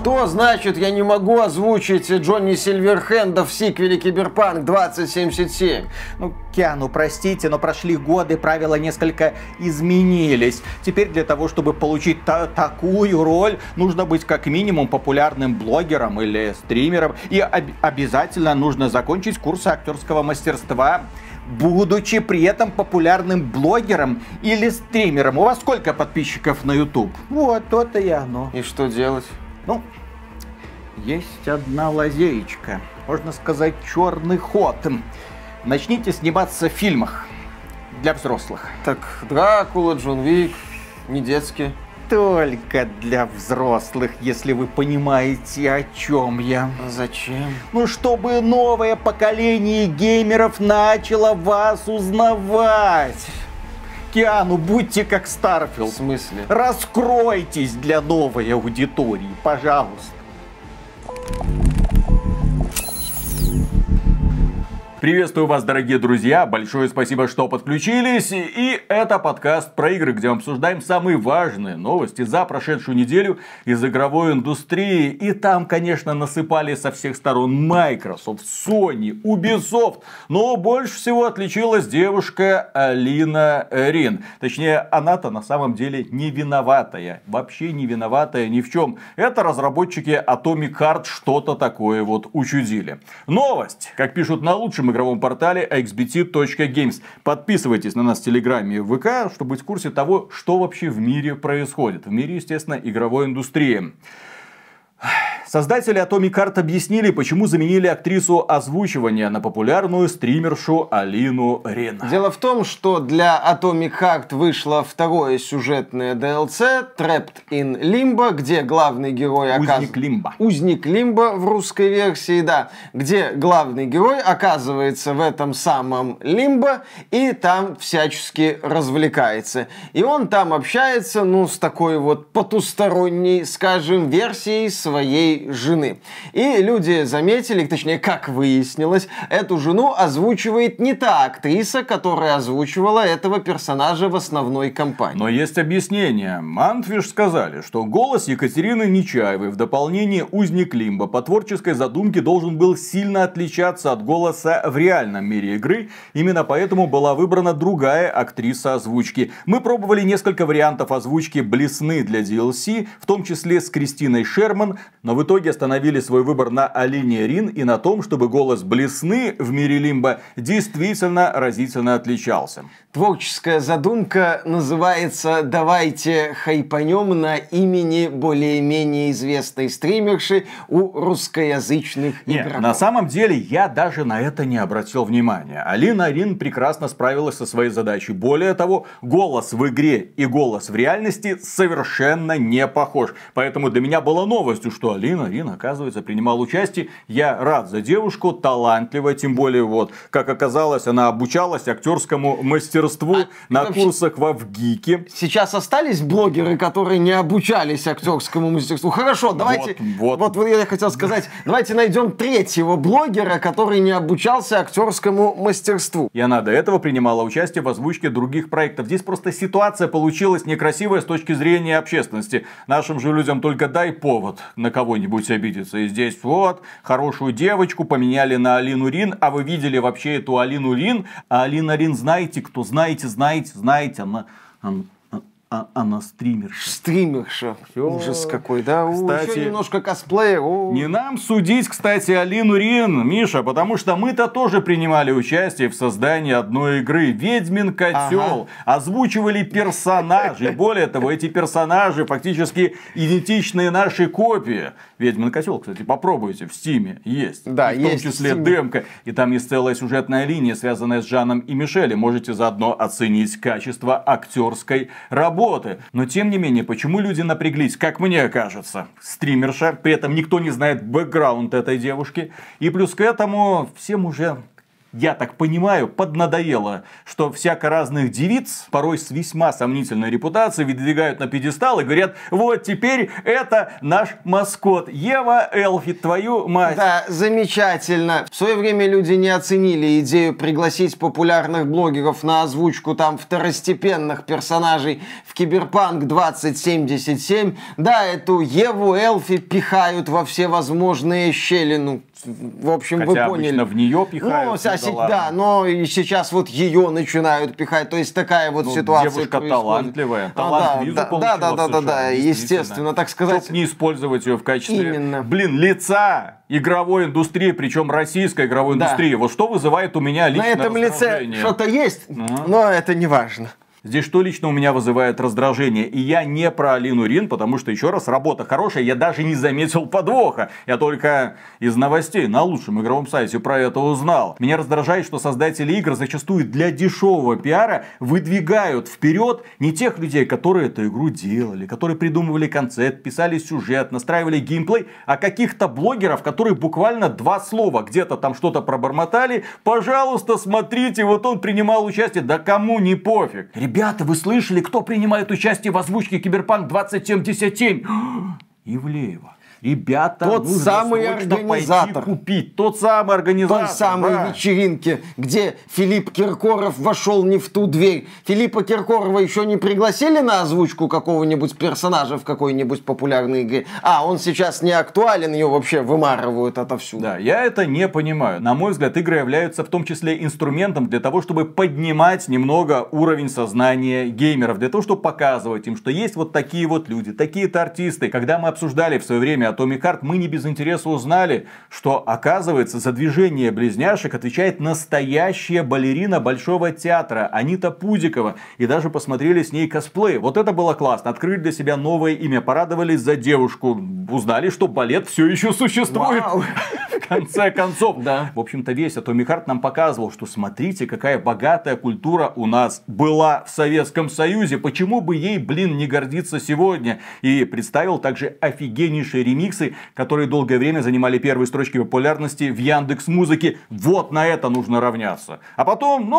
Что значит, я не могу озвучить Джонни Сильверхенда в сиквеле Киберпанк 2077? Ну, Киану, простите, но прошли годы, правила несколько изменились. Теперь для того, чтобы получить такую роль, нужно быть как минимум популярным блогером или стримером. И обязательно нужно закончить курсы актерского мастерства, будучи при этом популярным блогером или стримером. У вас сколько подписчиков на YouTube? Вот, то-то и оно. И что делать? Ну, есть одна лазеечка. Можно сказать, черный ход. Начните сниматься в фильмах для взрослых. Так, Дракула, Джон Уик, не детские. Только для взрослых, если вы понимаете, о чем я. Зачем? Ну, чтобы новое поколение геймеров начало вас узнавать. Киану, будьте как Старфилд. В смысле? Раскройтесь для новой аудитории, пожалуйста. Приветствую вас, дорогие друзья, большое спасибо, что подключились, и это подкаст про игры, где мы обсуждаем самые важные новости за прошедшую неделю из игровой индустрии, и там, конечно, насыпали со всех сторон Microsoft, Sony, Ubisoft, но больше всего отличилась девушка Алина Рин, точнее, она-то на самом деле не виноватая, вообще не виноватая ни в чем, это разработчики Atomic Heart что-то такое вот учудили. Новость, как пишут на лучшем игровом портале xbt.games. Подписывайтесь на нас в Телеграме и в ВК, чтобы быть в курсе того, что вообще в мире происходит. В мире, естественно, игровой индустрии. Создатели Atomic Heart объяснили, почему заменили актрису озвучивания на популярную стримершу Алину Рин. Дело в том, что для Atomic Heart вышло второе сюжетное DLC Trapped in Limbo, где главный герой оказывается... Узник Лимбо в русской версии, да. Где главный герой оказывается в этом самом Лимбо и там всячески развлекается. И он там общается, ну, с такой вот потусторонней, скажем, версией своей жены. И люди заметили, точнее, как выяснилось, эту жену озвучивает не та актриса, которая озвучивала этого персонажа в основной кампании. Но есть объяснение. Mantfish сказали, что голос Екатерины Нечаевой в дополнение «Узник Лимбо» по творческой задумке должен был сильно отличаться от голоса в реальном мире игры. Именно поэтому была выбрана другая актриса озвучки. Мы пробовали несколько вариантов озвучки Блесны для DLC, в том числе с Кристиной Шерман, но в итоге остановили свой выбор на Алине Рин и на том, чтобы голос Блесны в мире Лимбо действительно разительно отличался. Творческая задумка называется «Давайте хайпанем на имени более-менее известной стримерши у русскоязычных игроков». На самом деле я даже на это не обратил внимания. Алина Рин прекрасно справилась со своей задачей. Более того, голос в игре и голос в реальности совершенно не похож. Поэтому для меня было новостью, что Алина Рин, оказывается, принимала участие. Я рад за девушку, талантливая, тем более, вот, как оказалось, она обучалась актерскому мастерству на курсах во ВГИКе. Сейчас остались блогеры, которые не обучались актерскому мастерству? Хорошо, давайте, вот я хотел сказать, давайте найдем третьего блогера, который не обучался актерскому мастерству. И она до этого принимала участие в озвучке других проектов. Здесь просто ситуация получилась некрасивая с точки зрения общественности. Нашим же людям только дай повод на кого-нибудь обидеться. И здесь вот хорошую девочку поменяли на Алину Рин, а вы видели вообще эту Алину Рин? А Алина Рин, знаете кто? Знаете, она стримерша. Стримерша. Всё. Ужас какой, да? Кстати, еще немножко косплея. Не нам судить, кстати, Алину Рин, Миша, потому что мы-то тоже принимали участие в создании одной игры. Ведьмин котел. Озвучивали персонажей. Более того, эти персонажи фактически идентичные нашей копии. Ведьмин котел, кстати, попробуйте, в Стиме есть. Да, и в том числе демка. И там есть целая сюжетная линия, связанная с Жаном и Мишелем. Можете заодно оценить качество актерской работы. Но тем не менее, почему люди напряглись, как мне кажется, стримерша, при этом никто не знает бэкграунд этой девушки. И плюс к этому всем уже я так понимаю, поднадоело, что всяко разных девиц, порой с весьма сомнительной репутацией, выдвигают на пьедестал и говорят: вот теперь это наш маскот. Ева Элфи, твою мать. Да, замечательно. В свое время люди не оценили идею пригласить популярных блогеров на озвучку там второстепенных персонажей в Киберпанк 2077. Да, эту Еву Элфи пихают во все возможные щели. Ну, в общем, хотя вы поняли. В нее пихают. Да, но и сейчас вот ее начинают пихать. То есть такая вот ситуация девушка происходит. талантливая. Талант визу получила. Да, естественно, так сказать. Чтоб не использовать ее в качестве, Именно. лица игровой индустрии, причем российской игровой индустрии. Вот что вызывает у меня личное раздражение. На этом лице что-то есть, но это не важно. Здесь что лично у меня вызывает раздражение? И я не про Алину Рин, потому что, еще раз, работа хорошая, я даже не заметил подвоха. Я только из новостей на лучшем игровом сайте про это узнал. Меня раздражает, что создатели игр зачастую для дешевого пиара выдвигают вперед не тех людей, которые эту игру делали, которые придумывали концепт, писали сюжет, настраивали геймплей, а каких-то блогеров, которые буквально 2 слова где-то там что-то пробормотали. Пожалуйста, смотрите, вот он принимал участие. Да кому не пофиг. Ребята, вы слышали, кто принимает участие в озвучке Киберпанк 2077? Ивлеева. Ребята, тот самый организатор. Пойти купить. Тот самый организатор. Той самой вечеринки, где Филипп Киркоров вошел не в ту дверь. Филиппа Киркорова еще не пригласили на озвучку какого-нибудь персонажа в какой-нибудь популярной игре. А, он сейчас не актуален, ее вообще вымарывают отовсюду. Да, я это не понимаю. На мой взгляд, игры являются в том числе инструментом для того, чтобы поднимать немного уровень сознания геймеров. Для того, чтобы показывать им, что есть вот такие вот люди, такие-то артисты. Когда мы обсуждали в свое время Atomic Heart, мы не без интереса узнали, что, оказывается, за движение близняшек отвечает настоящая балерина Большого театра Анита Пудикова. И даже посмотрели с ней косплей. Вот это было классно. Открыли для себя новое имя, порадовались за девушку. Узнали, что балет все еще существует. Вау. В конце концов. Да. В общем-то, весь Atomic Heart нам показывал, что смотрите, какая богатая культура у нас была в Советском Союзе. Почему бы ей, не гордиться сегодня? И представил также офигеннейший ремиксы, которые долгое время занимали первые строчки популярности в Яндекс.Музыке. Вот на это нужно равняться. А потом,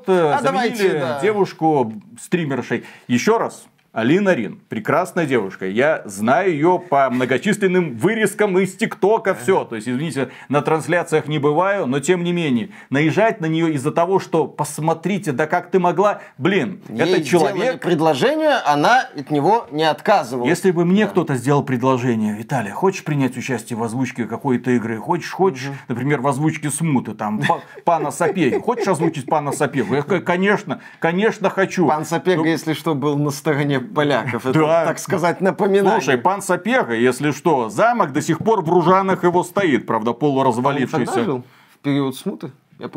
заменили девушку стримершей. Еще раз. Алина Рин, прекрасная девушка. Я знаю ее по многочисленным вырезкам из ТикТока, все. То есть, извините, на трансляциях не бываю, но тем не менее, наезжать на нее из-за того, что посмотрите, да как ты могла, ей это человек. Предложение, она от него не отказывалась. Если бы мне кто-то сделал предложение: Виталий, хочешь принять участие в озвучке какой-то игры? Хочешь, например, в озвучке Смуты, там, пана Сапеги. Хочешь озвучить пана Сапегу? Я сказал, конечно хочу. Пан Сапега, если что, был на стороне поляков. Это, так сказать, напоминание. Слушай, пан Сапега, если что, замок до сих пор в Ружанах его стоит, правда, полуразвалившийся. Он тогда жил? В период смуты?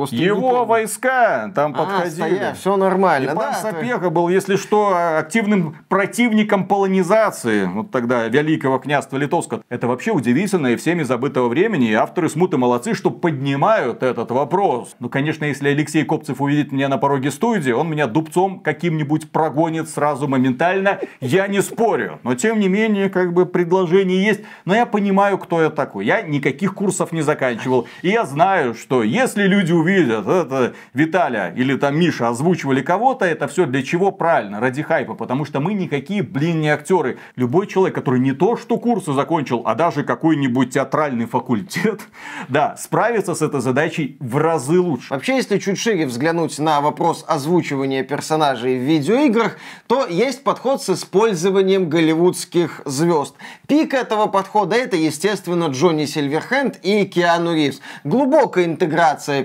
Его войска там подходили. Все нормально. И пан Сапега был, если что, активным противником полонизации. Вот тогда Великого княжества Литовского. Это вообще удивительно и всеми забытого времени. И авторы Смуты молодцы, что поднимают этот вопрос. Ну, конечно, если Алексей Копцев увидит меня на пороге студии, он меня дубцом каким-нибудь прогонит сразу моментально. Я не спорю. Но, тем не менее, предложение есть. Но я понимаю, кто я такой. Я никаких курсов не заканчивал. И я знаю, что если люди увидят, это Виталя или там Миша озвучивали кого-то, это все для чего? Правильно, ради хайпа, потому что мы никакие, не актеры. Любой человек, который не то что курсы закончил, а даже какой-нибудь театральный факультет, да, справится с этой задачей в разы лучше. Вообще, если чуть шире взглянуть на вопрос озвучивания персонажей в видеоиграх, то есть подход с использованием голливудских звезд. Пик этого подхода — это, естественно, Джонни Сильверхенд и Киану Ривз. Глубокая интеграция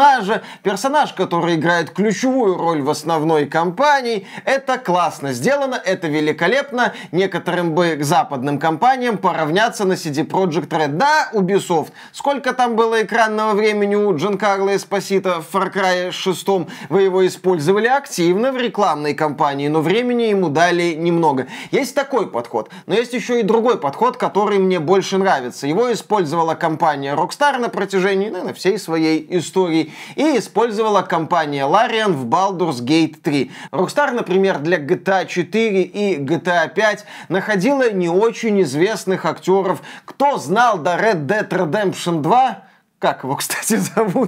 персонаж, который играет ключевую роль в основной кампании. Это классно сделано, это великолепно. Некоторым бы западным компаниям поравняться на CD Projekt Red. Да, Ubisoft. Сколько там было экранного времени у Джанкарло Эспосито в Far Cry 6? Вы его использовали активно в рекламной кампании, но времени ему дали немного. Есть такой подход, но есть еще и другой подход, который мне больше нравится. Его использовала компания Rockstar на протяжении, наверное, всей своей истории. И использовала компания Larian в Baldur's Gate 3. Rockstar, например, для GTA 4 и GTA 5 находила не очень известных актеров. Кто знал до Red Dead Redemption 2? Как его, кстати, зовут?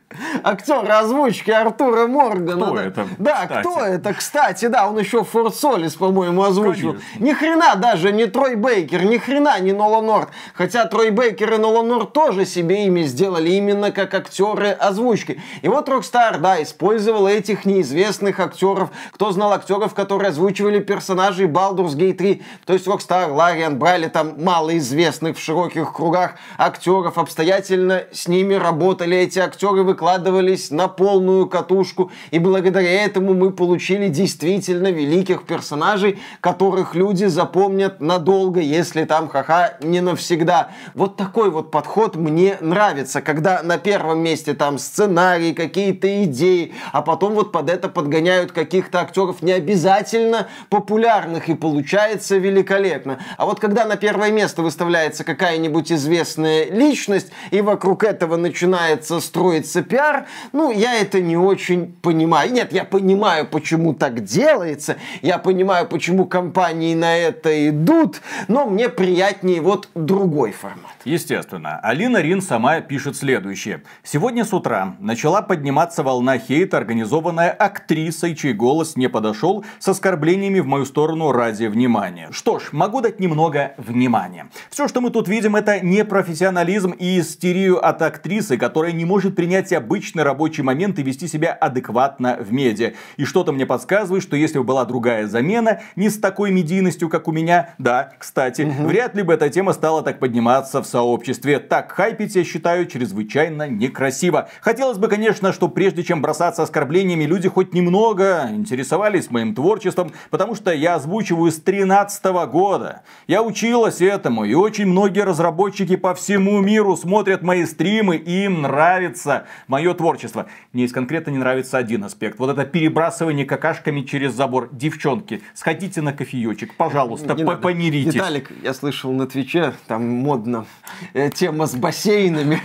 Актер озвучки Артура Моргана. Кто это? Да, кстати? Кто это? Кстати, да, он еще Форт Солис, по-моему, озвучил. Конечно. Ни хрена даже не Трой Бейкер, ни хрена не Нолан Норт. Хотя Трой Бейкер и Нолан Норт тоже себе имя сделали именно как актеры озвучки. И вот Rockstar, да, использовал этих неизвестных актеров. Кто знал актеров, которые озвучивали персонажей Baldur's Gate 3? То есть Rockstar, Larian брали там малоизвестных в широких кругах актеров, обстоятельно с ними работали. Эти актеры выкладывались на полную катушку. И благодаря этому мы получили действительно великих персонажей, которых люди запомнят надолго, если там ха-ха не навсегда. Вот такой вот подход мне нравится, когда на первом месте там сценарий, какие-то идеи, а потом вот под это подгоняют каких-то актеров не обязательно популярных, и получается великолепно. А вот когда на первое место выставляется какая-нибудь известная личность, и вокруг этого начинается строиться пиар, ну, я это не очень понимаю. Нет, я понимаю, почему так делается, я понимаю, почему компании на это идут, но мне приятнее вот другой формат. Естественно. Алина Рин сама пишет следующее. Сегодня с утра начала подниматься волна хейта, организованная актрисой, чей голос не подошел, с оскорблениями в мою сторону ради внимания. Что ж, могу дать немного внимания. Все, что мы тут видим, это непрофессионализм и истерию от актрисы, которая не может принять обычный рабочий момент и вести себя адекватно в медиа. И что-то мне подсказывает, что если бы была другая замена, не с такой медийностью, как у меня, да, кстати, вряд ли бы эта тема стала так подниматься в сообществе. Так хайпить, я считаю, чрезвычайно некрасиво. Хотелось бы, конечно, что прежде чем бросаться оскорблениями, люди хоть немного интересовались моим творчеством, потому что я озвучиваю с 2013 года. Я училась этому, и очень многие разработчики по всему миру смотрят мои стримы, и им нравится мое творчество. Мне есть конкретно не нравится один аспект. Вот это перебрасывание какашками через забор. Девчонки, сходите на кофеечек, пожалуйста, помиритесь. Виталик, я слышал на Твиче, там модно тема с бассейнами.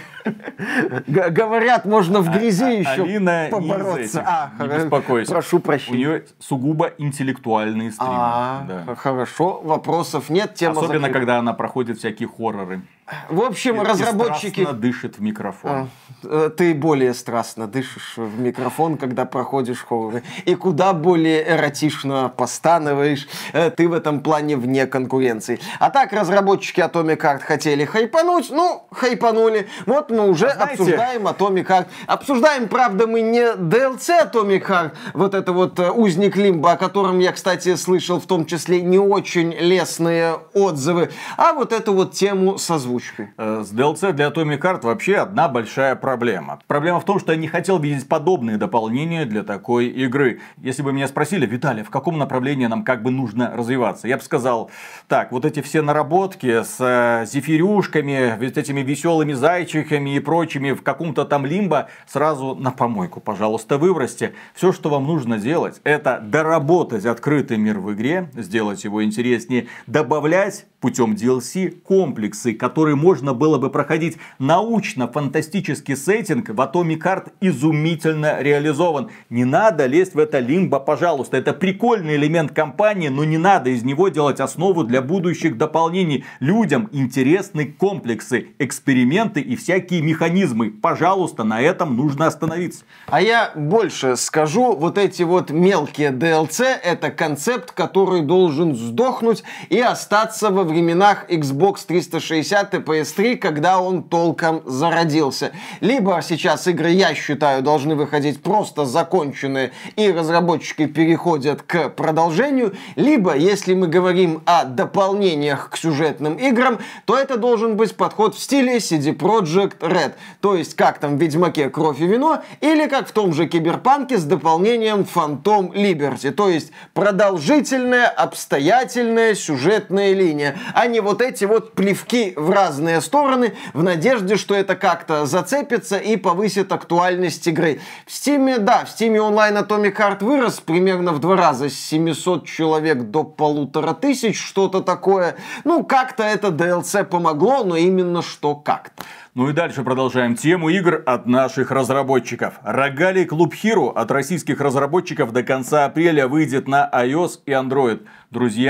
Говорят, можно в грязи еще Алина побороться. Не беспокойся. Прошу прощения. У нее сугубо интеллектуальные стримы. Да. Хорошо, вопросов нет. Тема Особенно, закрыта. когда она проходит всякие хорроры. В общем, разработчики... И страстно дышит в микрофон. Ты более страстно дышишь в микрофон, когда проходишь хорроры. И куда более эротично постанываешь. Ты в этом плане вне конкуренции. А так, разработчики Atomic Heart хотели хайпануть. Ну, хайпанули. Вот мы уже обсуждаем Atomic Heart. Обсуждаем, правда, мы не DLC Atomic Heart. Вот это вот узник Лимба, о котором я, кстати, слышал в том числе не очень лестные отзывы. А вот эту вот тему с озвучкой. С DLC для Atomic Heart вообще одна большая проблема. Проблема в том, что я не хотел видеть подобные дополнения для такой игры. Если бы меня спросили, Виталий, в каком направлении нам как бы нужно развиваться, я бы сказал, так, вот эти все наработки с зефирюшками, вот этими веселыми зайчиками и прочими в каком-то там лимбо сразу на помойку, пожалуйста, выбросьте. Все, что вам нужно делать, это доработать открытый мир в игре, сделать его интереснее, добавлять путем DLC комплексы, которые можно было бы проходить. Научно-фантастический сеттинг в Atomic Heart изумительно реализован. Не надо лезть в это лимбо, пожалуйста. Это прикольный элемент кампании, но не надо из него делать основу для будущих дополнений. Людям интересны комплексы, эксперименты и всякие механизмы. Пожалуйста, на этом нужно остановиться. А я больше скажу, вот эти вот мелкие DLC — это концепт, который должен сдохнуть и остаться во временах Xbox 360 и PS3, когда он толком зародился. Либо сейчас игры, я считаю, должны выходить просто законченные, и разработчики переходят к продолжению, либо, если мы говорим о дополнениях к сюжетным играм, то это должен быть подход в стиле CD Projekt Red. То есть, как там в Ведьмаке «Кровь и вино», или как в том же Киберпанке с дополнением Phantom Liberty. То есть, продолжительная, обстоятельная сюжетная линия, а не вот эти вот плевки в разные стороны в надежде, что это как-то зацепится и повысит актуальность игры. В Steam, да, в Steam онлайн Atomic Heart вырос примерно в 2 раза, с 700 человек до 1500, что-то такое. Ну, как-то это DLC помогло, но именно что как-то. Ну и дальше продолжаем тему игр от наших разработчиков. Рогалик Loop Hero от российских разработчиков до конца апреля выйдет на iOS и Android. Друзья,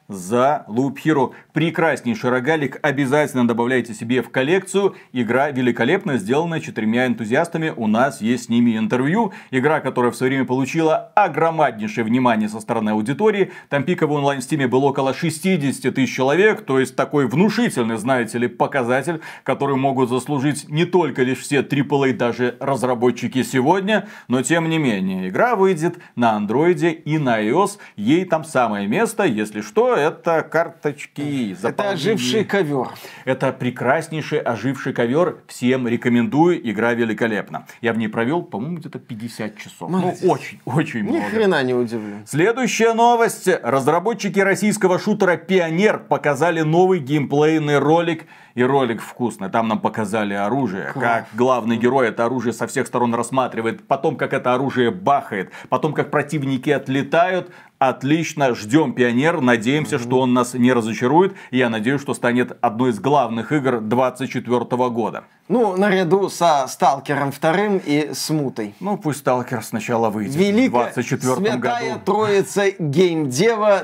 за Loop Hero. Прекраснейший рогалик, обязательно добавляйте себе в коллекцию. Игра великолепно сделана 4 энтузиастами, у нас есть с ними интервью. Игра, которая в свое время получила огромнейшее внимание со стороны аудитории. Там пиковый онлайн в Steam был около 60 тысяч человек, то есть такой внушительный, знаете ли, показатель, который могут заслужить не только лишь все AAA, даже разработчики сегодня, но тем не менее. Игра выйдет на андроиде и на iOS, ей там самое место, если что, это карточки. Это оживший ковер. Это прекраснейший оживший ковер. Всем рекомендую. Игра великолепна. Я в ней провел, по-моему, где-то 50 часов. Молодец. Ну, очень много. Ни хрена не удивлен. Следующая новость. Разработчики российского шутера Пионер показали новый геймплейный ролик. И ролик вкусный. Там нам показали оружие. Как главный герой это оружие со всех сторон рассматривает. Потом, как это оружие бахает. Потом, как противники отлетают. Отлично. Ждем Пионер. Надеемся, что он нас не разочарует. И я надеюсь, что станет одной из главных игр 2024 года. Ну, наряду со Сталкером 2 и Смутой. Ну, пусть Сталкер сначала выйдет Великая, в 2024 святая году. троица геймдева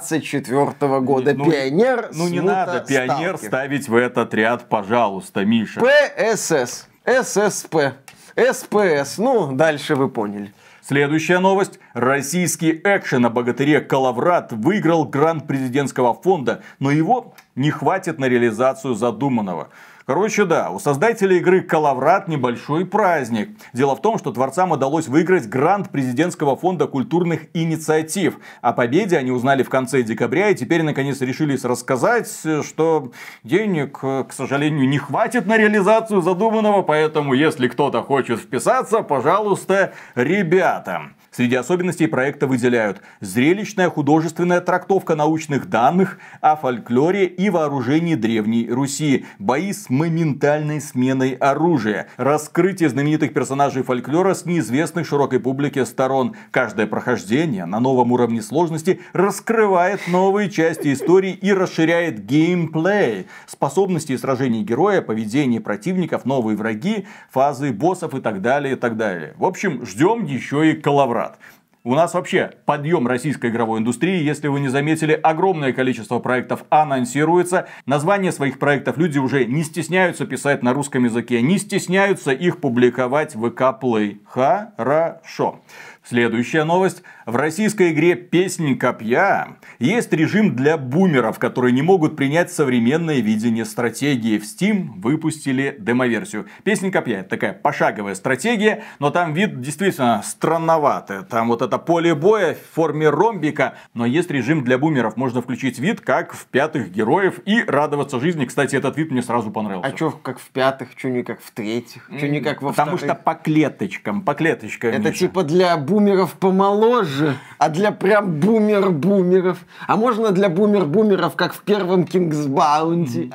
2024 года. Пионер, Ну, не Смута, надо Пионер Сталкер. ставить в этот ряд, пожалуйста, Миша. ПСС, ССП, СПС. Ну, дальше вы поняли. Следующая новость. Российский экшен о богатыре Калаврат выиграл грант президентского фонда, но его не хватит на реализацию задуманного. Короче, да, у создателей игры Калаврат небольшой праздник. Дело в том, что творцам удалось выиграть грант президентского фонда культурных инициатив. О победе они узнали в конце декабря и теперь наконец решились рассказать, что денег, к сожалению, не хватит на реализацию задуманного, поэтому если кто-то хочет вписаться, пожалуйста, ребята. Среди особенностей проекта выделяют зрелищная художественная трактовка научных данных о фольклоре и вооружении Древней Руси, бои с моментальной сменой оружия, раскрытие знаменитых персонажей фольклора с неизвестных широкой публике сторон. Каждое прохождение на новом уровне сложности раскрывает новые части истории и расширяет геймплей. Способности и сражений героя, поведение противников, новые враги, фазы боссов и так далее, и так далее. В общем, ждем еще и Калаврат. У нас вообще подъем российской игровой индустрии, если вы не заметили, огромное количество проектов анонсируется. Названия своих проектов люди уже не стесняются писать на русском языке, не стесняются их публиковать в ВК Play. Хорошо. Следующая новость. В российской игре «Песнь копья» есть режим для бумеров, которые не могут принять современное видение стратегии. В Steam выпустили демоверсию. «Песнь копья» — это такая пошаговая стратегия, но там вид действительно странноватый. Там вот это поле боя в форме ромбика, но есть режим для бумеров. Можно включить вид, как в «Пятых героев», и радоваться жизни. Кстати, этот вид мне сразу понравился. А чё как в «Пятых», чё не как в «Третьих», чё не как во Потому «Вторых»? что по клеточкам, Это Миша. типа для бумеров помоложе, а для прям бумеров. А можно для бумеров, как в первом King's Bounty.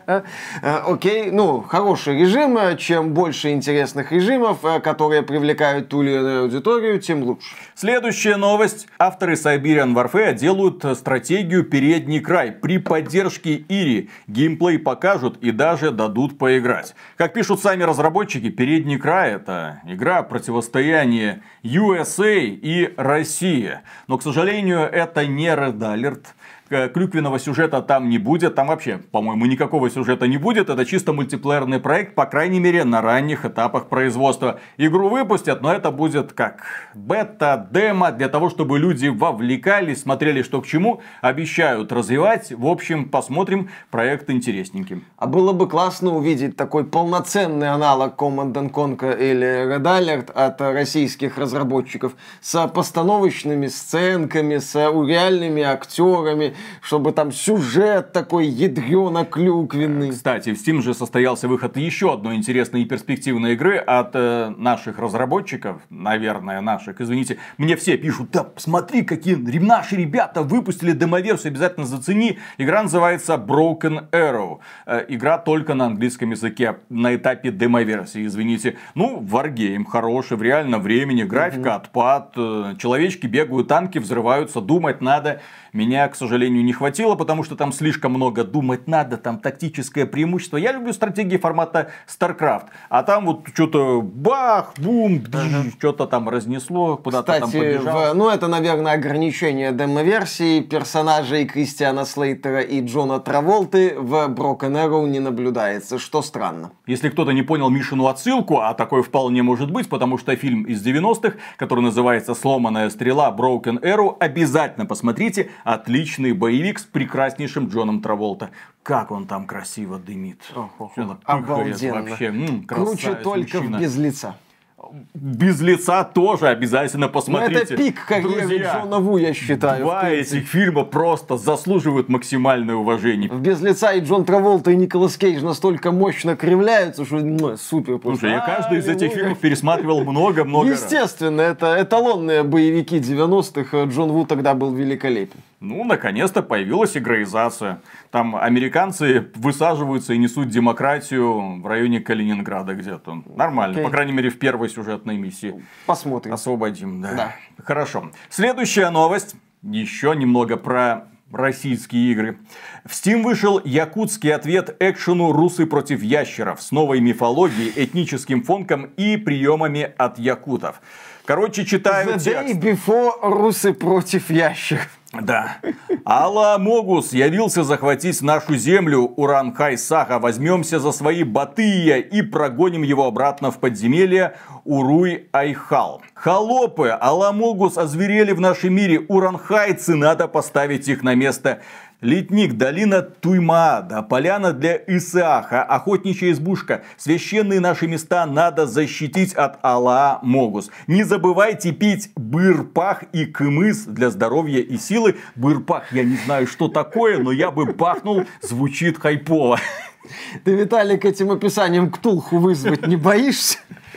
Окей, ну, хороший режим. Чем больше интересных режимов, которые привлекают ту или иную аудиторию, тем лучше. Следующая новость. Авторы Siberian Warfare делают стратегию «Передний край». При поддержке Ири геймплей покажут и даже дадут поиграть. Как пишут сами разработчики, «Передний край» — это игра противостояния USA и России. Но, к сожалению, это не Red Alert. Клюквенного сюжета там не будет. Там вообще, по-моему, никакого сюжета не будет. Это чисто мультиплеерный проект, по крайней мере, на ранних этапах производства. Игру выпустят, но это будет как бета, демо, для того, чтобы люди вовлекались, смотрели, что к чему. Обещают развивать. В общем, посмотрим. Проект интересненький. А было бы классно увидеть такой полноценный аналог Command & Conquer или Red Alert от российских разработчиков с постановочными сценками, с реальными актерами, чтобы там сюжет такой ядрёно-клюквенный. Кстати, в Steam же состоялся выход еще одной интересной и перспективной игры от наших разработчиков, наверное, наших, извините. Мне все пишут: да смотри, какие наши ребята выпустили демоверсию, обязательно зацени. Игра называется Broken Arrow. Игра только на английском языке, на этапе демоверсии, извините. Ну, варгейм хороший, в реальном времени, графика отпад, человечки бегают, танки взрываются, думать надо. Меня, к сожалению, не хватило, потому что там слишком много думать надо, там тактическое преимущество. Я люблю стратегии формата StarCraft, а там вот что-то бах, бум, что-то там разнесло, куда-то там побежал. Ну это, наверное, ограничение демо-версии персонажей Кристиана Слейтера и Джона Траволты в Broken Arrow не наблюдается, что странно. Если кто-то не понял Мишину отсылку, а такое вполне может быть, потому что фильм из 90-х, который называется «Сломанная стрела. Broken Arrow», обязательно посмотрите. Отличный боевик с прекраснейшим Джоном Траволта. Как он там красиво дымит. Обалденно. Вообще, круче только мужчина. В «Без лица». Без лица тоже обязательно посмотрите. Но это пик карьеры Джона Ву, я считаю. Два этих фильма просто заслуживают максимальное уважение. В «Без лица» и Джон Траволта, и Николас Кейдж настолько мощно кривляются, что супер. Слушай, я каждый из этих фильмов пересматривал много-много раз. Естественно, это эталонные боевики 90-х. Джон Ву тогда был великолепен. Ну, наконец-то появилась игроизация. Там американцы высаживаются и несут демократию в районе Калининграда где-то. Нормально, по крайней мере, в первой сюжетной миссии. Посмотрим. Освободим, да. Хорошо. Следующая новость. Еще немного про российские игры. В Steam вышел якутский ответ экшену «Русы против ящеров» с новой мифологией, этническим фонком и приемами от якутов. Короче, читаю текст. The day before «Русы против ящеров». Да. Алла Могус явился захватить нашу землю. Уран-Хай-Саха. Возьмемся за свои батыя и прогоним его обратно в подземелье Уруй-Айхал. Холопы, Алла Могус озверели в нашем мире. Уран-Хайцы, надо поставить их на место. Литник, долина Туймаада, поляна для Исааха, охотничья избушка. Священные наши места надо защитить от Аллаа Могус. Не забывайте пить бырпах и кымыс для здоровья и силы. Бырпах, я не знаю, что такое, но я бы бахнул, звучит хайпово. Ты, Виталик, этим описанием Ктулху вызвать не боишься?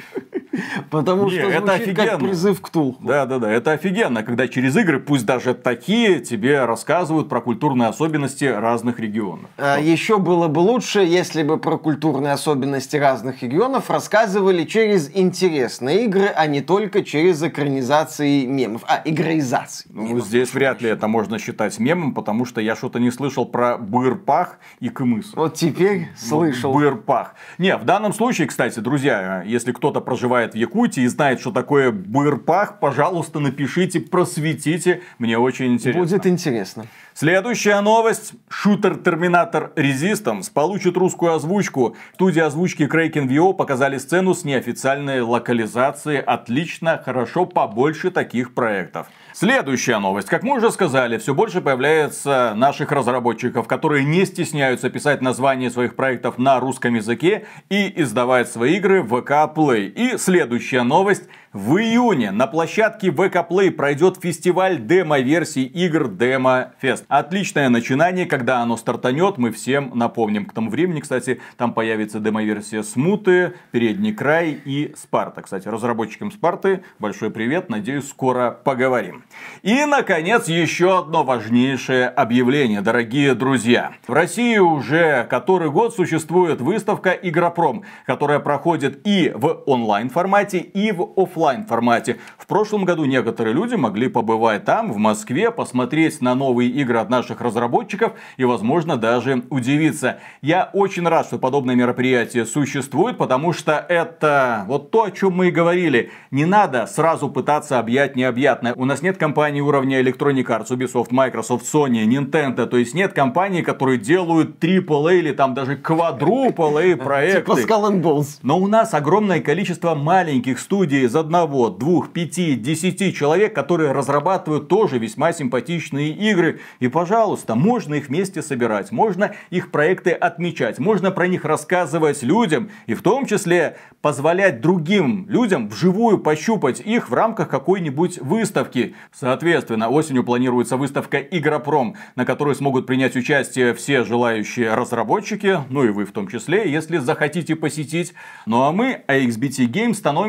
Потому что это звучит как призыв к Ктулху. Да, это офигенно, когда через игры, пусть даже такие, тебе рассказывают про культурные особенности разных регионов. Еще было бы лучше, если бы про культурные особенности разных регионов рассказывали через интересные игры, а не только через экранизации мемов. Игроизации. Ну, здесь вряд ли это можно считать мемом, потому что я что-то не слышал про бырпах и кымыс. Вот теперь слышал. Бырпах. Не, в данном случае, кстати, друзья, если кто-то проживает в Якутии и знает, что такое бырпах, пожалуйста, напишите, просветите. Мне очень интересно. Будет интересно. Следующая новость. Шутер Terminator Resistance получит русскую озвучку. В студии озвучки Kraken VO показали сцену с неофициальной локализацией. Отлично, хорошо, побольше таких проектов. Следующая новость. Как мы уже сказали, все больше появляется наших разработчиков, которые не стесняются писать названия своих проектов на русском языке и издавать свои игры в VK Play. И следующая новость. В июне на площадке VK Play пройдет фестиваль демо-версий игр Demo Fest. Отличное начинание, когда оно стартанет, мы всем напомним. К тому времени, кстати, там появится демо-версия Смуты, Передний край и Спарта. Кстати, разработчикам Спарты большой привет, надеюсь, скоро поговорим. И, наконец, еще одно важнейшее объявление, дорогие друзья. В России уже который год существует выставка Игропром, которая проходит и в онлайн формате, и в офлайн формате. В прошлом году некоторые люди могли побывать там, в Москве, посмотреть на новые игры от наших разработчиков и, возможно, даже удивиться. Я очень рад, что подобное мероприятие существует, потому что это вот то, о чем мы и говорили. Не надо сразу пытаться объять необъятное. У нас нет компаний уровня Electronic Arts, Ubisoft, Microsoft, Sony, Nintendo. То есть нет компаний, которые делают AAA или там даже quadruple проекты. Типа Skull and Bones. Но у нас огромное количество маленьких студий из 1, 2, 5, 10 человек, которые разрабатывают тоже весьма симпатичные игры. И, пожалуйста, можно их вместе собирать, можно их проекты отмечать, можно про них рассказывать людям и в том числе позволять другим людям вживую пощупать их в рамках какой-нибудь выставки. Соответственно, осенью планируется выставка Игропром, на которой смогут принять участие все желающие разработчики, ну и вы в том числе, если захотите посетить. Ну а мы, AXBT Games, становимся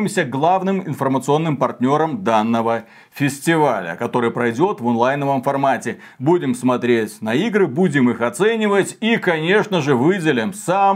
становимся главным информационным партнером данного фестиваля, который пройдет в онлайновом формате. Будем смотреть на игры, будем их оценивать и, конечно же, выделим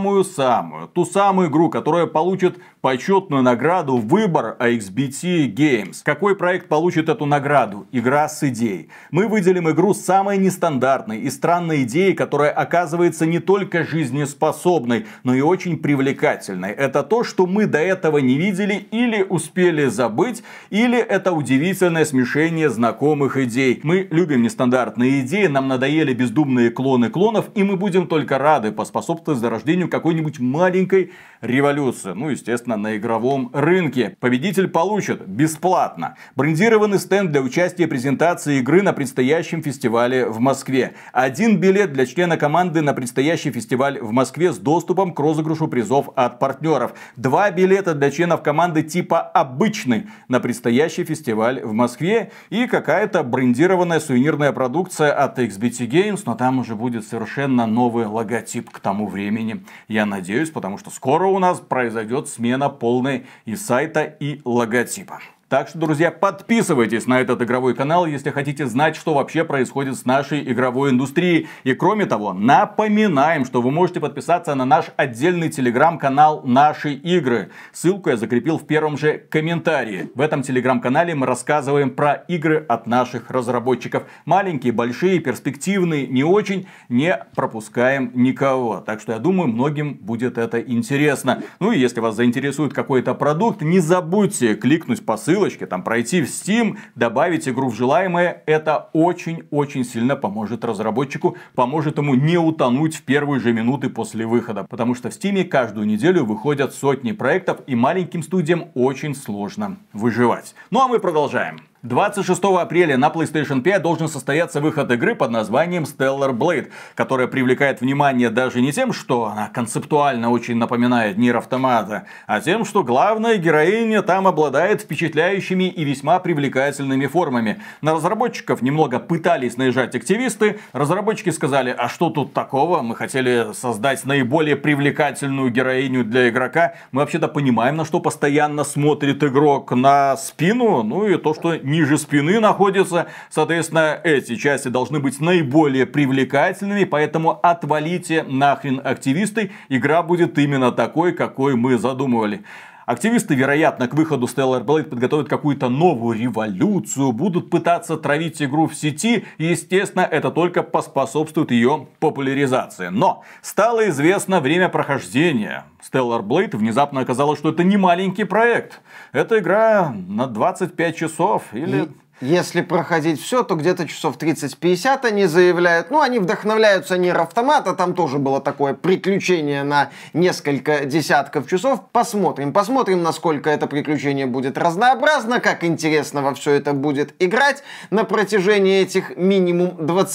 ту самую игру, которая получит почетную награду «Выбор AXBT Games». Какой проект получит эту награду? Игра с идеей. Мы выделим игру с самой нестандартной и странной идеей, которая оказывается не только жизнеспособной, но и очень привлекательной. Это то, что мы до этого не видели или успели забыть, или это удивительное смешение знакомых идей. Мы любим нестандартные идеи, нам надоели бездумные клоны клонов, и мы будем только рады поспособствовать зарождению какой-нибудь маленькой революции. Ну, естественно, на игровом рынке. Победитель получит бесплатно брендированный стенд для участия в презентации игры на предстоящем фестивале в Москве. 1 билет для члена команды на предстоящий фестиваль в Москве с доступом к розыгрышу призов от партнеров. 2 билета для членов команды типа обычный на предстоящий фестиваль в Москве. И какая-то брендированная сувенирная продукция от XBT Games. Но там уже будет совершенно новый логотип к тому времени. Я надеюсь, потому что скоро у нас произойдет смена полной и сайта, и логотипа. Так что, друзья, подписывайтесь на этот игровой канал, если хотите знать, что вообще происходит с нашей игровой индустрией. И кроме того, напоминаем, что вы можете подписаться на наш отдельный телеграм-канал «Наши игры». Ссылку я закрепил в первом же комментарии. В этом телеграм-канале мы рассказываем про игры от наших разработчиков. Маленькие, большие, перспективные, не очень, не пропускаем никого. Так что я думаю, многим будет это интересно. Ну и если вас заинтересует какой-то продукт, не забудьте кликнуть по ссылке, там пройти в Steam, добавить игру в желаемое. Это очень-очень сильно поможет разработчику, поможет ему не утонуть в первые же минуты после выхода. Потому что в Steam каждую неделю выходят сотни проектов, и маленьким студиям очень сложно выживать. Ну а мы продолжаем. 26 апреля на PlayStation 5 должен состояться выход игры под названием Stellar Blade, которая привлекает внимание даже не тем, что она концептуально очень напоминает Нир Автомата, а тем, что главная героиня там обладает впечатляющими и весьма привлекательными формами. На разработчиков немного пытались наезжать активисты, разработчики сказали: а что тут такого, мы хотели создать наиболее привлекательную героиню для игрока, мы вообще-то понимаем, на что постоянно смотрит игрок, на спину, ну и то, что ниже спины находится. Соответственно, эти части должны быть наиболее привлекательными, поэтому отвалите нахрен, активисты. Игра будет именно такой, какой мы задумывали. Активисты, вероятно, к выходу Stellar Blade подготовят какую-то новую революцию, будут пытаться травить игру в сети, и, естественно, это только поспособствует ее популяризации. Но стало известно время прохождения Stellar Blade, внезапно оказалось, что это не маленький проект. Это игра на 25 часов или... Если проходить все, то где-то часов 30-50 они заявляют. Ну, они вдохновляются Нир Автомата, там тоже было такое приключение на несколько десятков часов. Посмотрим, насколько это приключение будет разнообразно, как интересно во все это будет играть на протяжении этих минимум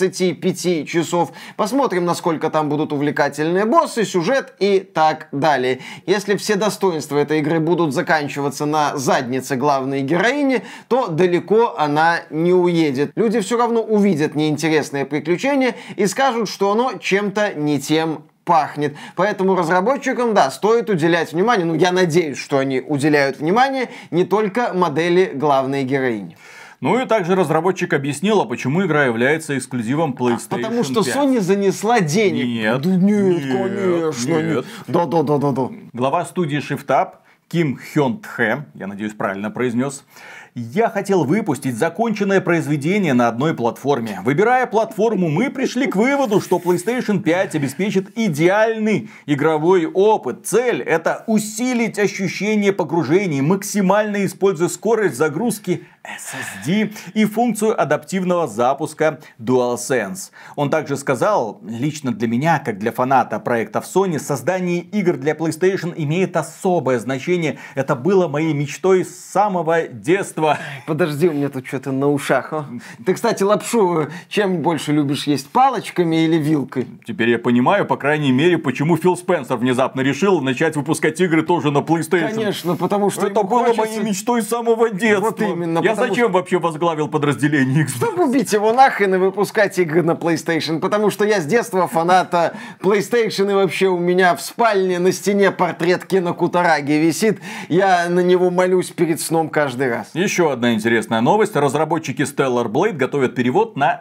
25 часов. Посмотрим, насколько там будут увлекательные боссы, сюжет и так далее. Если все достоинства этой игры будут заканчиваться на заднице главной героини, то далеко она не уедет. Люди все равно увидят неинтересное приключение и скажут, что оно чем-то не тем пахнет. Поэтому разработчикам, да, стоит уделять внимание, ну, я надеюсь, что они уделяют внимание не только модели главной героини. Ну и также разработчик объяснила, почему игра является эксклюзивом PlayStation 5. Потому что Sony занесла денег. Нет, конечно. Нет. Да. Глава студии Shift Up Ким Хён Тхэ, я надеюсь, правильно произнес: я хотел выпустить законченное произведение на одной платформе. Выбирая платформу, мы пришли к выводу, что PlayStation 5 обеспечит идеальный игровой опыт. Цель — это усилить ощущение погружения, максимально используя скорость загрузки SSD и функцию адаптивного запуска DualSense. Он также сказал: лично для меня, как для фаната проектов Sony, создание игр для PlayStation имеет особое значение. Это было моей мечтой с самого детства. детства. Подожди, у меня тут что-то на ушах. Ты, кстати, лапшу чем больше любишь есть, палочками или вилкой? Теперь я понимаю, по крайней мере, почему Фил Спенсер внезапно решил начать выпускать игры тоже на PlayStation. Конечно, потому что это было моей мечтой с самого детства. Вот именно. Я зачем вообще возглавил подразделение Xbox? Чтобы убить его нахрен и выпускать игры на PlayStation, потому что я с детства фаната PlayStation, и вообще у меня в спальне на стене портрет Кена Кутараги висит. Я на него молюсь перед сном каждый раз. Еще одна интересная новость. Разработчики Stellar Blade готовят перевод на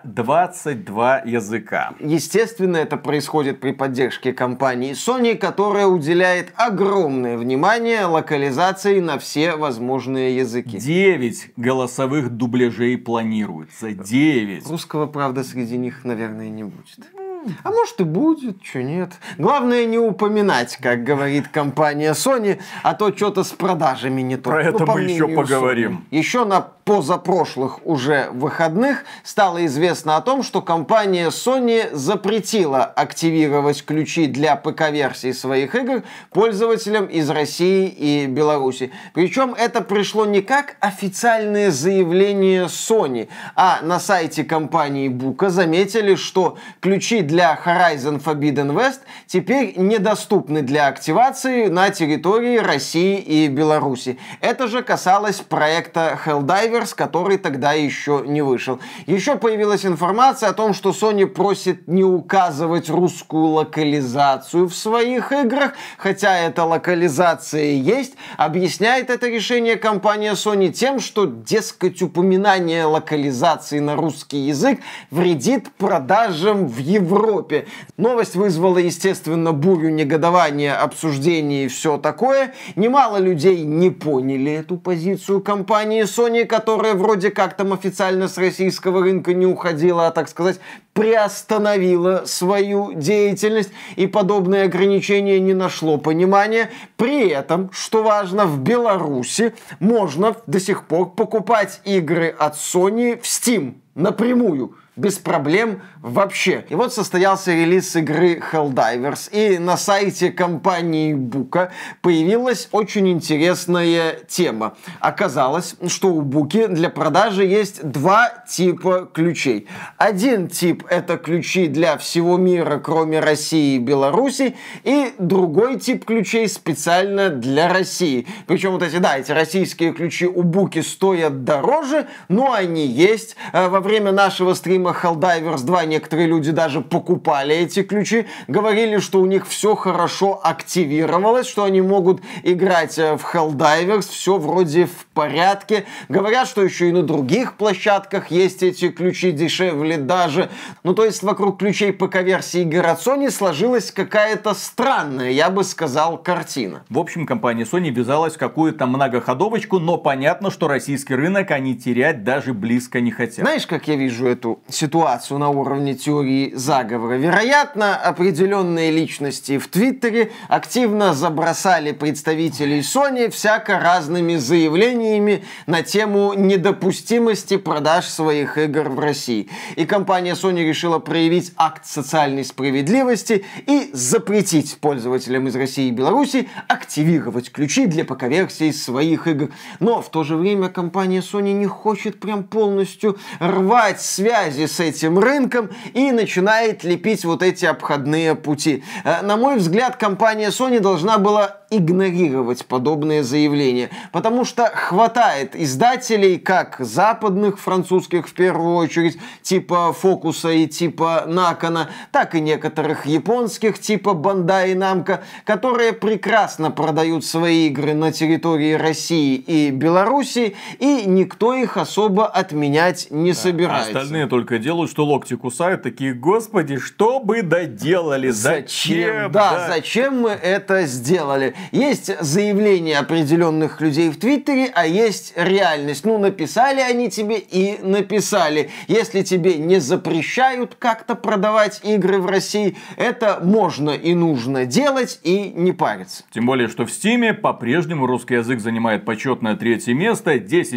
22 языка. Естественно, это происходит при поддержке компании Sony, которая уделяет огромное внимание локализации на все возможные языки. 9 голосовых дубляжей планируется. 9. Русского, правда, среди них, наверное, не будет. А может и будет, что нет. Главное не упоминать, как говорит компания Sony, а то что-то с продажами не то. Про это мы еще поговорим. Еще на позапрошлых уже выходных стало известно о том, что компания Sony запретила активировать ключи для ПК-версий своих игр пользователям из России и Беларуси. Причем это пришло не как официальное заявление Sony, а на сайте компании Бука заметили, что ключи для Horizon Forbidden West теперь недоступны для активации на территории России и Беларуси. Это же касалось проекта Helldivers, который тогда еще не вышел. Еще появилась информация о том, что Sony просит не указывать русскую локализацию в своих играх, хотя эта локализация есть. Объясняет это решение компания Sony тем, что, дескать, упоминание локализации на русский язык вредит продажам в Европе. Новость вызвала, естественно, бурю негодования, обсуждений и все такое. Немало людей не поняли эту позицию компании Sony, которая вроде как там официально с российского рынка не уходила, а, так сказать, приостановила свою деятельность, и подобное ограничение не нашло понимания. При этом, что важно, в Беларуси можно до сих пор покупать игры от Sony в Steam напрямую. Без проблем вообще. И вот состоялся релиз игры Helldivers, и на сайте компании Бука появилась очень интересная тема. Оказалось, что у Буки для продажи есть два типа ключей. Один тип — это ключи для всего мира, кроме России и Беларуси, и другой тип ключей специально для России. Причем вот эти российские ключи у Буки стоят дороже, но они есть. Во время нашего стрима Helldivers 2 некоторые люди даже покупали эти ключи, говорили, что у них все хорошо активировалось, что они могут играть в Helldivers, все вроде в порядке. Говорят, что еще и на других площадках есть эти ключи дешевле даже. Ну, то есть вокруг ключей ПК-версии игр от Sony сложилась какая-то странная, я бы сказал, картина. В общем, компания Sony ввязалась в какую-то многоходовочку, но понятно, что российский рынок они терять даже близко не хотят. Знаешь, как я вижу эту ситуацию на уровне теории заговора? Вероятно, определенные личности в Твиттере активно забросали представителей Sony всяко разными заявлениями на тему недопустимости продаж своих игр в России. И компания Sony решила проявить акт социальной справедливости и запретить пользователям из России и Беларуси активировать ключи для ПК-версий своих игр. Но в то же время компания Sony не хочет прям полностью рвать связи с этим рынком и начинает лепить вот эти обходные пути. На мой взгляд, компания Sony должна была игнорировать подобные заявления, потому что хватает издателей, как западных, французских в первую очередь, типа Фокуса и типа Накана, так и некоторых японских, типа Bandai Namco, которые прекрасно продают свои игры на территории России и Беларуси, и никто их особо отменять не собирается. Остальные только делают, что локти кусают, такие: господи, что бы доделали? Зачем? Да, зачем мы это сделали? Есть заявления определенных людей в Твиттере, а есть реальность. Ну, написали они тебе и написали. Если тебе не запрещают как-то продавать игры в России, это можно и нужно делать, и не париться. Тем более, что в Steam по-прежнему русский язык занимает почетное 3-е место.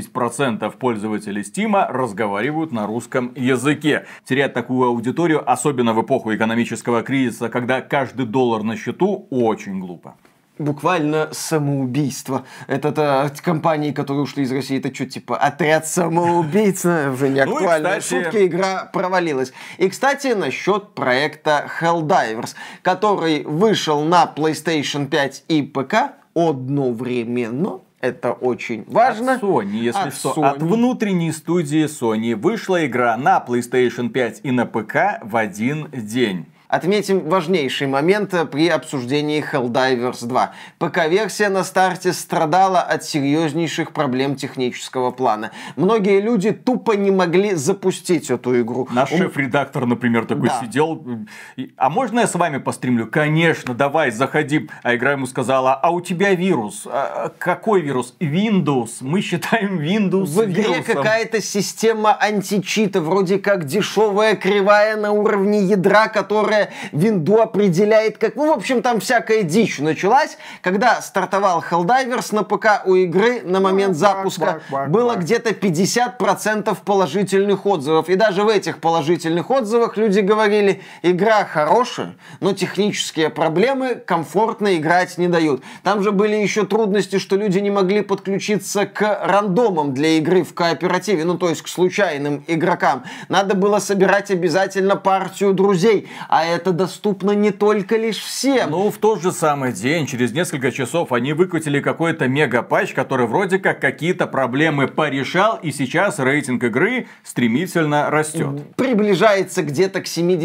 10% пользователей Steam разговаривают на русском языке. Терять такую аудиторию, особенно в эпоху экономического кризиса, когда каждый доллар на счету, очень глупо. Буквально самоубийство. Это компании, которые ушли из России, это что, типа отряд самоубийц? Уже не актуальная шутка, игра провалилась. И, кстати, насчет проекта Helldivers, который вышел на PlayStation 5 и ПК одновременно. Это очень важно. От Sony, если что. От внутренней студии Sony вышла игра на PlayStation 5 и на ПК в один день. Отметим важнейший момент при обсуждении Helldivers 2. ПК-версия на старте страдала от серьезнейших проблем технического плана. Многие люди тупо не могли запустить эту игру. Наш шеф-редактор, например, такой сидел. А можно я с вами постримлю? Конечно, давай, заходи. А игра ему сказала, а у тебя вирус. Какой вирус? Windows. Мы считаем Windows в игре вирусом. Какая-то система античита, вроде как дешевая кривая на уровне ядра, которая винду определяет как... Ну, в общем, там всякая дичь началась. Когда стартовал Helldivers на ПК, у игры на момент запуска было где-то 50% положительных отзывов. И даже в этих положительных отзывах люди говорили, игра хорошая, но технические проблемы комфортно играть не дают. Там же были еще трудности, что люди не могли подключиться к рандомам для игры в кооперативе, ну, то есть к случайным игрокам. Надо было собирать обязательно партию друзей, а это доступно не только лишь всем. Ну, в тот же самый день, через несколько часов, они выкатили какой-то мега-патч, который вроде как какие-то проблемы порешал, и сейчас рейтинг игры стремительно растет. Приближается где-то к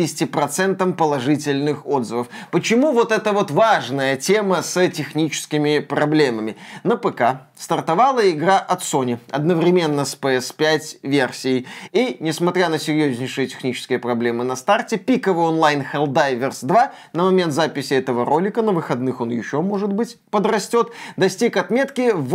70% положительных отзывов. Почему вот эта вот важная тема с техническими проблемами? На ПК стартовала игра от Sony одновременно с PS5 версией. И, несмотря на серьезнейшие технические проблемы на старте, пиковый онлайн Helldivers 2 на момент записи этого ролика, на выходных он еще, может быть, подрастет, достиг отметки в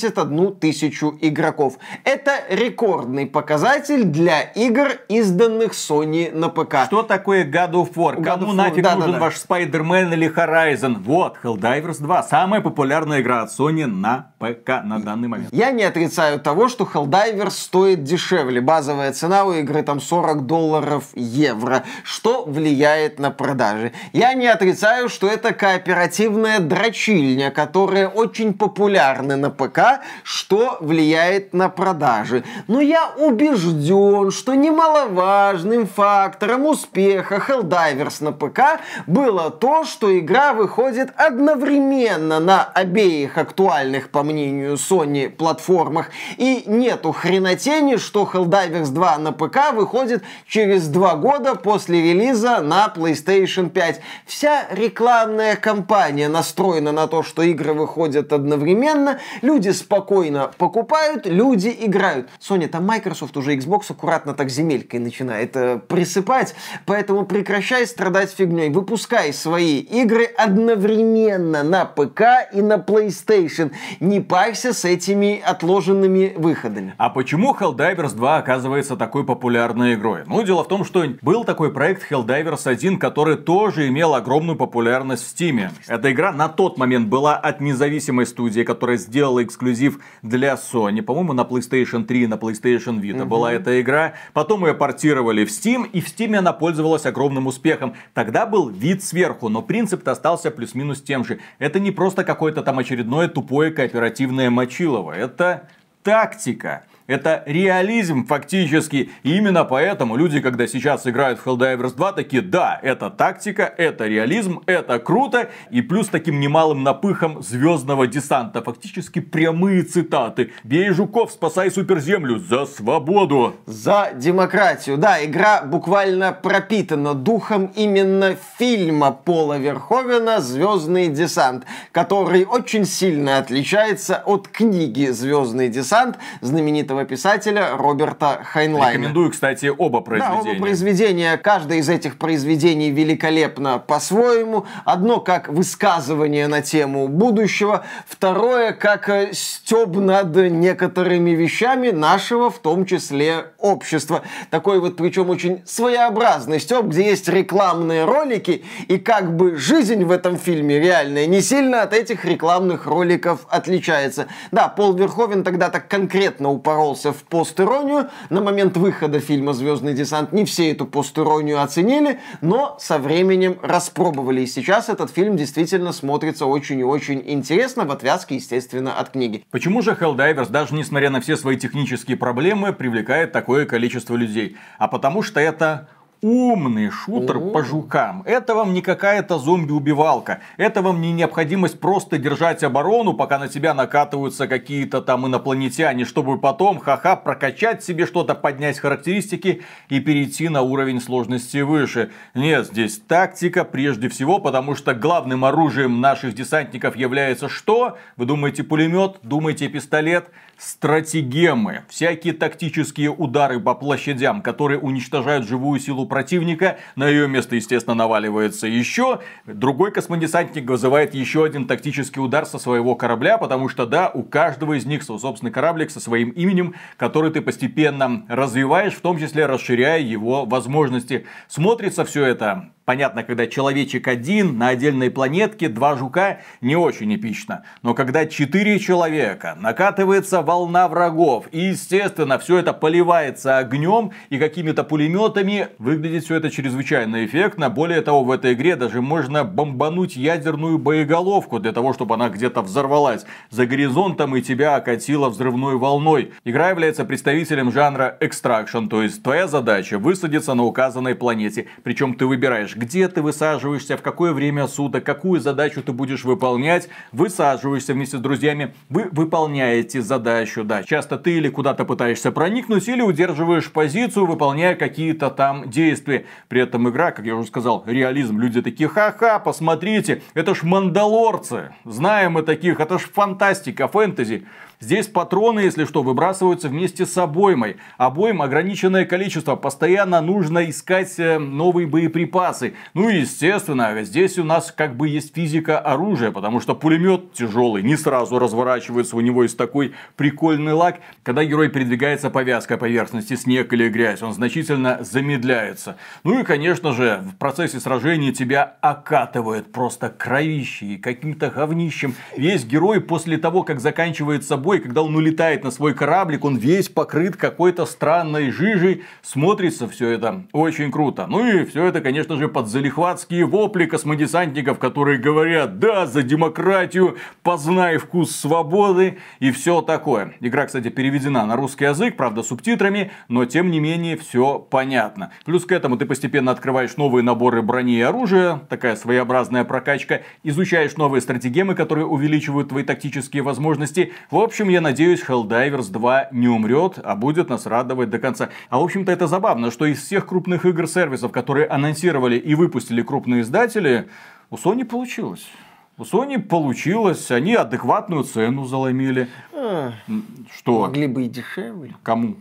81 тысячу игроков. Это рекордный показатель для игр, изданных Sony на ПК. Что такое God of War? Кому нафиг нужен ваш Spider-Man или Horizon? Вот, Helldivers 2. Самая популярная игра от Sony на ПК на данный момент. Я не отрицаю того, что Helldivers стоит дешевле. Базовая цена у игры там $40 евро, что влияет на продажи. Я не отрицаю, что это кооперативная дрочильня, которая очень популярна на ПК, что влияет на продажи. Но я убежден, что немаловажным фактором успеха Helldivers на ПК было то, что игра выходит одновременно на обеих актуальных, по мнению Sony, платформах. И нету хренотени, что Helldivers 2 на ПК выходит через 2 года после релиза на PlayStation 5. Вся рекламная кампания настроена на то, что игры выходят одновременно, люди спокойно покупают, люди играют. Sony, там Microsoft уже Xbox аккуратно так земелькой начинает присыпать, поэтому прекращай страдать фигней. Выпускай свои игры одновременно на ПК и на PlayStation. Не парься с этими отложенными выходами. А почему Helldivers 2 оказывается такой популярной игрой? Ну, дело в том, что был такой проект Helldivers 1, который тоже имел огромную популярность в Steam. Эта игра на тот момент была от независимой студии, которая сделала эксклюзив для Sony. По-моему, на PlayStation 3 и на PlayStation Vita была эта игра. Потом ее портировали в Steam, и в Steam она пользовалась огромным успехом. Тогда был вид сверху, но принцип-то остался плюс-минус тем же. Это не просто какое-то там очередное тупое кооперативное мочилово. Это тактика. Это реализм фактически. И именно поэтому люди, когда сейчас играют в Helldivers 2, такие, да, это тактика, это реализм, это круто. И плюс таким немалым напыхом звездного десанта. Фактически прямые цитаты. Бей жуков, спасай суперземлю, за свободу. За демократию. Да, игра буквально пропитана духом именно фильма Пола Верховена «Звездный десант», который очень сильно отличается от книги «Звездный десант» знаменитого писателя Роберта Хайнлайна. Рекомендую, кстати, оба произведения. Да, оба произведения. Каждое из этих произведений великолепно по-своему. Одно как высказывание на тему будущего, второе как стёб над некоторыми вещами нашего, в том числе, общества. Такой вот, причем очень своеобразный стёб, где есть рекламные ролики, и как бы жизнь в этом фильме реальная не сильно от этих рекламных роликов отличается. Да, Пол Верховен тогда так конкретно упорол упоролся в пост-иронию. На момент выхода фильма «Звездный десант» не все эту пост-иронию оценили, но со временем распробовали. И сейчас этот фильм действительно смотрится очень и очень интересно, в отвязке, естественно, от книги. Почему же Helldivers, даже несмотря на все свои технические проблемы, привлекает такое количество людей? А потому что это умный шутер по жукам. Это вам не какая-то зомби-убивалка. Это вам не необходимость просто держать оборону, пока на тебя накатываются какие-то там инопланетяне, чтобы потом, прокачать себе что-то, поднять характеристики и перейти на уровень сложности выше. Нет, здесь тактика прежде всего, потому что главным оружием наших десантников является что? Вы думаете пулемет? Думаете пистолет? Стратегемы. Всякие тактические удары по площадям, которые уничтожают живую силу противника. На ее место, естественно, наваливается еще. Другой космодесантник вызывает еще один тактический удар со своего корабля, потому что, да, у каждого из них свой собственный кораблик со своим именем, который ты постепенно развиваешь, в том числе расширяя его возможности. Смотрится все это, понятно, когда человечек один на отдельной планетке, 2 жука, не очень эпично. Но когда 4 человека, накатывается волна врагов, и, естественно, все это поливается огнем и какими-то пулеметами, выглядит все это чрезвычайно эффектно. Более того, в этой игре даже можно бомбануть ядерную боеголовку для того, чтобы она где-то взорвалась за горизонтом и тебя окатила взрывной волной. Игра является представителем жанра экстракшн, то есть твоя задача высадиться на указанной планете. Причем ты выбираешь, где ты высаживаешься, в какое время суток, какую задачу ты будешь выполнять. Высаживаешься вместе с друзьями, вы выполняете задачу. Да, часто ты или куда-то пытаешься проникнуть, или удерживаешь позицию, выполняя какие-то там действия. При этом игра, как я уже сказал, реализм. Люди такие, посмотрите, это ж мандалорцы. Знаем мы таких, это ж фантастика, фэнтези. Здесь патроны, если что, выбрасываются вместе с обоймой. Обоим ограниченное количество. Постоянно нужно искать новые боеприпасы. Ну и естественно, здесь у нас как бы есть физика оружия. Потому что пулемет тяжелый, не сразу разворачивается. У него есть такой прикольный лак. Когда герой передвигается по вязкой поверхности, снег или грязь, он значительно замедляется. Ну и конечно же, в процессе сражения тебя окатывает просто кровищей, каким-то говнищем. Весь герой после того, как заканчивается бой, когда он улетает на свой кораблик, он весь покрыт какой-то странной жижей. Смотрится все это очень круто. Ну и все это, конечно же, под залихватские вопли космодесантников, которые говорят: да, за демократию, познай вкус свободы и все такое. Игра, кстати, переведена на русский язык, правда, субтитрами, но тем не менее все понятно. Плюс к этому ты постепенно открываешь новые наборы брони и оружия, такая своеобразная прокачка, изучаешь новые стратегемы, которые увеличивают твои тактические возможности. В общем, я надеюсь, Helldivers 2 не умрет, а будет нас радовать до конца. А в общем-то это забавно, что из всех крупных игр-сервисов, которые анонсировали и выпустили крупные издатели, у Sony получилось. У Sony получилось, они адекватную цену заломили. Что? Могли бы и дешевле. Кому?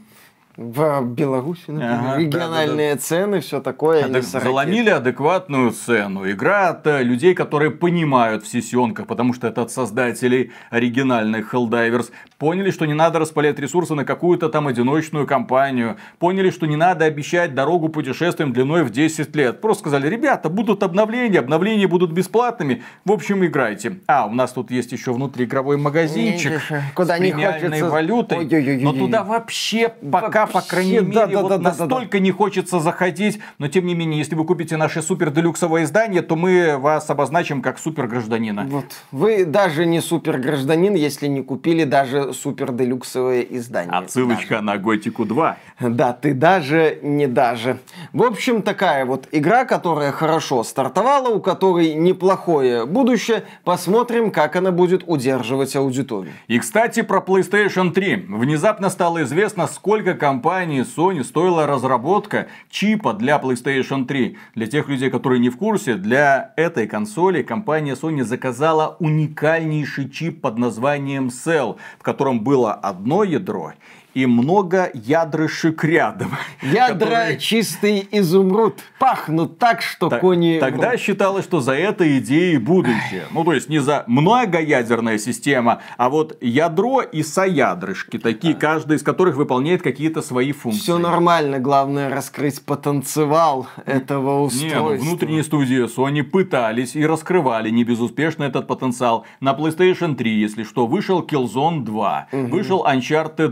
В Беларуси, например, региональные цены, все такое. Заломили адекватную цену. Игра от людей, которые понимают в сессионках, потому что это от создателей оригинальных Helldivers. Поняли, что не надо распылять ресурсы на какую-то там одиночную кампанию. Поняли, что не надо обещать дорогу путешествием длиной в 10 лет. Просто сказали: ребята, будут обновления будут бесплатными. В общем, играйте. А, у нас тут есть еще внутриигровой магазинчик куда с премиальной валютой. Но туда вообще пока, по крайней мере, настолько не хочется заходить. Но тем не менее, если вы купите наше супер делюксовое издание, то мы вас обозначим как супер гражданина. Вот. Вы даже не супер гражданин, если не купили даже супер делюксовое издание. Отсылочка на Готику 2. Да, ты даже не даже. В общем, такая вот игра, которая хорошо стартовала, у которой неплохое будущее. Посмотрим, как она будет удерживать аудиторию. И, кстати, про PlayStation 3. Внезапно стало известно, сколько компании Sony стоила разработка чипа для PlayStation 3. Для тех людей, которые не в курсе, для этой консоли компания Sony заказала уникальнейший чип под названием Cell, в котором было одно ядро и много ядрышек рядом. Ядра чистый изумруд. Пахнут так, что кони... Тогда считалось, что за этой идеей будущее. Ну, то есть, не за многоядерная система, а вот ядро и соядрышки. Такие, каждый из которых выполняет какие-то свои функции. Все нормально. Главное раскрыть потенциал этого устройства. Внутренние студии Sony пытались и раскрывали не безуспешно этот потенциал. На PlayStation 3, если что, вышел Killzone 2. Вышел Uncharted 2.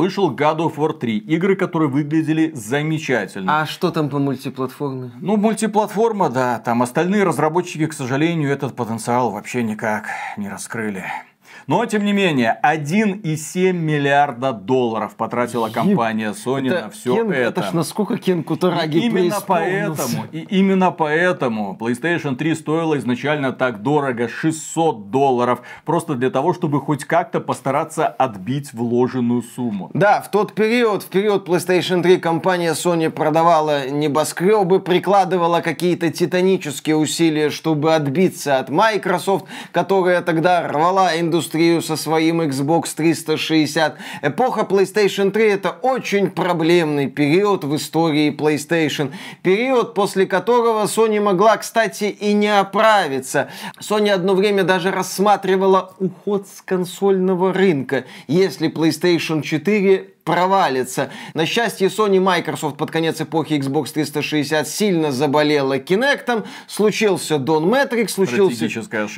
вышел God of War 3. Игры, которые выглядели замечательно. А что там по мультиплатформе? Ну, мультиплатформа, да. Там остальные разработчики, к сожалению, этот потенциал вообще никак не раскрыли. Но, тем не менее, 1,7 миллиарда долларов потратила компания Sony на все это. Это ж насколько Кен Кутараги именно поэтому PlayStation 3 стоила изначально так дорого, $600. Просто для того, чтобы хоть как-то постараться отбить вложенную сумму. Да, в период PlayStation 3 компания Sony продавала небоскребы, прикладывала какие-то титанические усилия, чтобы отбиться от Microsoft, которая тогда рвала индустрию со своим Xbox 360. Эпоха PlayStation 3 это очень проблемный период в истории PlayStation. Период, после которого Sony могла, кстати, и не оправиться. Sony одно время даже рассматривала уход с консольного рынка, если PlayStation 4 провалится. На счастье Sony, Microsoft под конец эпохи Xbox 360 сильно заболела Kinect'ом, случился Don Matrix, случился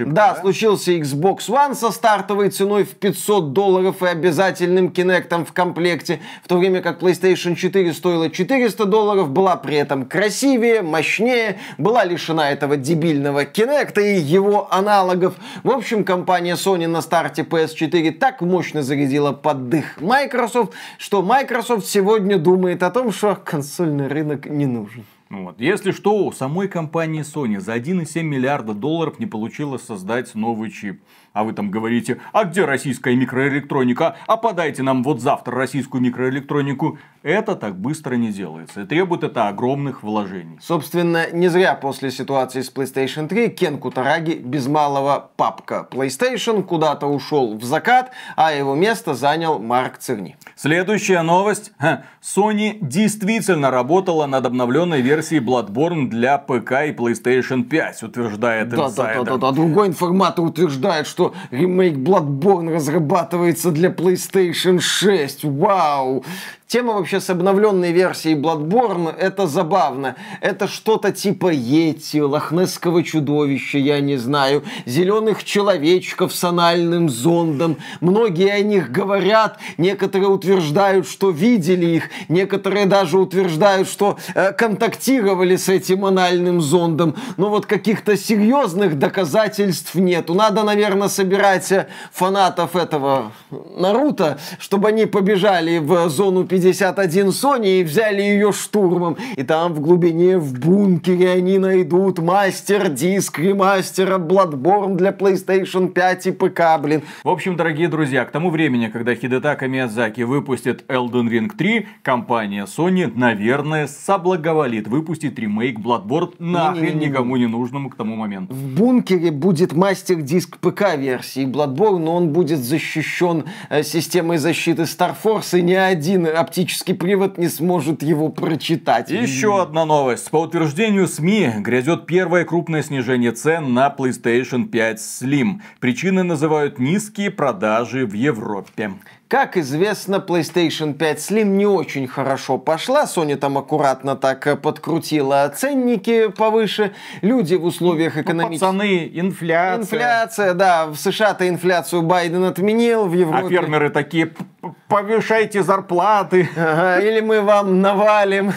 Xbox One со стартовой ценой в $500 и обязательным Kinect'ом в комплекте, в то время как PlayStation 4 стоила $400, была при этом красивее, мощнее, была лишена этого дебильного Kinect'а и его аналогов. В общем, компания Sony на старте PS4 так мощно зарядила под дых Microsoft, что Microsoft сегодня думает о том, что консольный рынок не нужен. Вот. Если что, у самой компании Sony за 1,7 миллиарда долларов не получилось создать новый чип. А вы там говорите, а где российская микроэлектроника? А подайте нам вот завтра российскую микроэлектронику. Это так быстро не делается. И требует это огромных вложений. Собственно, не зря после ситуации с PlayStation 3 Кен Кутараги без малого папка PlayStation куда-то ушел в закат, а его место занял Марк Церни. Следующая новость. Sony действительно работала над обновленной версией Bloodborne для ПК и PlayStation 5, утверждает инсайдер. Да. Другой информатор утверждает, что ремейк Bloodborne разрабатывается для PlayStation 6. Вау! Тема вообще с обновленной версией Bloodborne, это забавно. Это что-то типа Йети, лохнесского чудовища, я не знаю, зеленых человечков с анальным зондом. Многие о них говорят, некоторые утверждают, что видели их, некоторые даже утверждают, что контактировали с этим анальным зондом. Но вот каких-то серьезных доказательств нету. Надо, наверное, собирать фанатов этого Наруто, чтобы они побежали в зону 51 Sony и взяли ее штурмом. И там в глубине, в бункере они найдут мастер-диск ремастера Bloodborne для PlayStation 5 и ПК, блин. В общем, дорогие друзья, к тому времени, когда Хидетака Миядзаки выпустит Elden Ring 3, компания Sony, наверное, соблаговолит выпустить ремейк Bloodborne нахрен никому не нужному к тому моменту. В бункере будет мастер-диск ПК-версии Bloodborne, но он будет защищен системой защиты Star Force, и ни один оптический привод не сможет его прочитать. Еще одна новость. По утверждению СМИ, грядет первое крупное снижение цен на PlayStation 5 Slim. Причиной называют низкие продажи в Европе. Как известно, PlayStation 5 Slim не очень хорошо пошла. Sony там аккуратно так подкрутила ценники повыше. Люди в условиях экономических... Пацаны, инфляция. Инфляция, да. В США-то инфляцию Байден отменил, в Европе... А фермеры такие, повышайте зарплаты. Ага, или мы вам навалим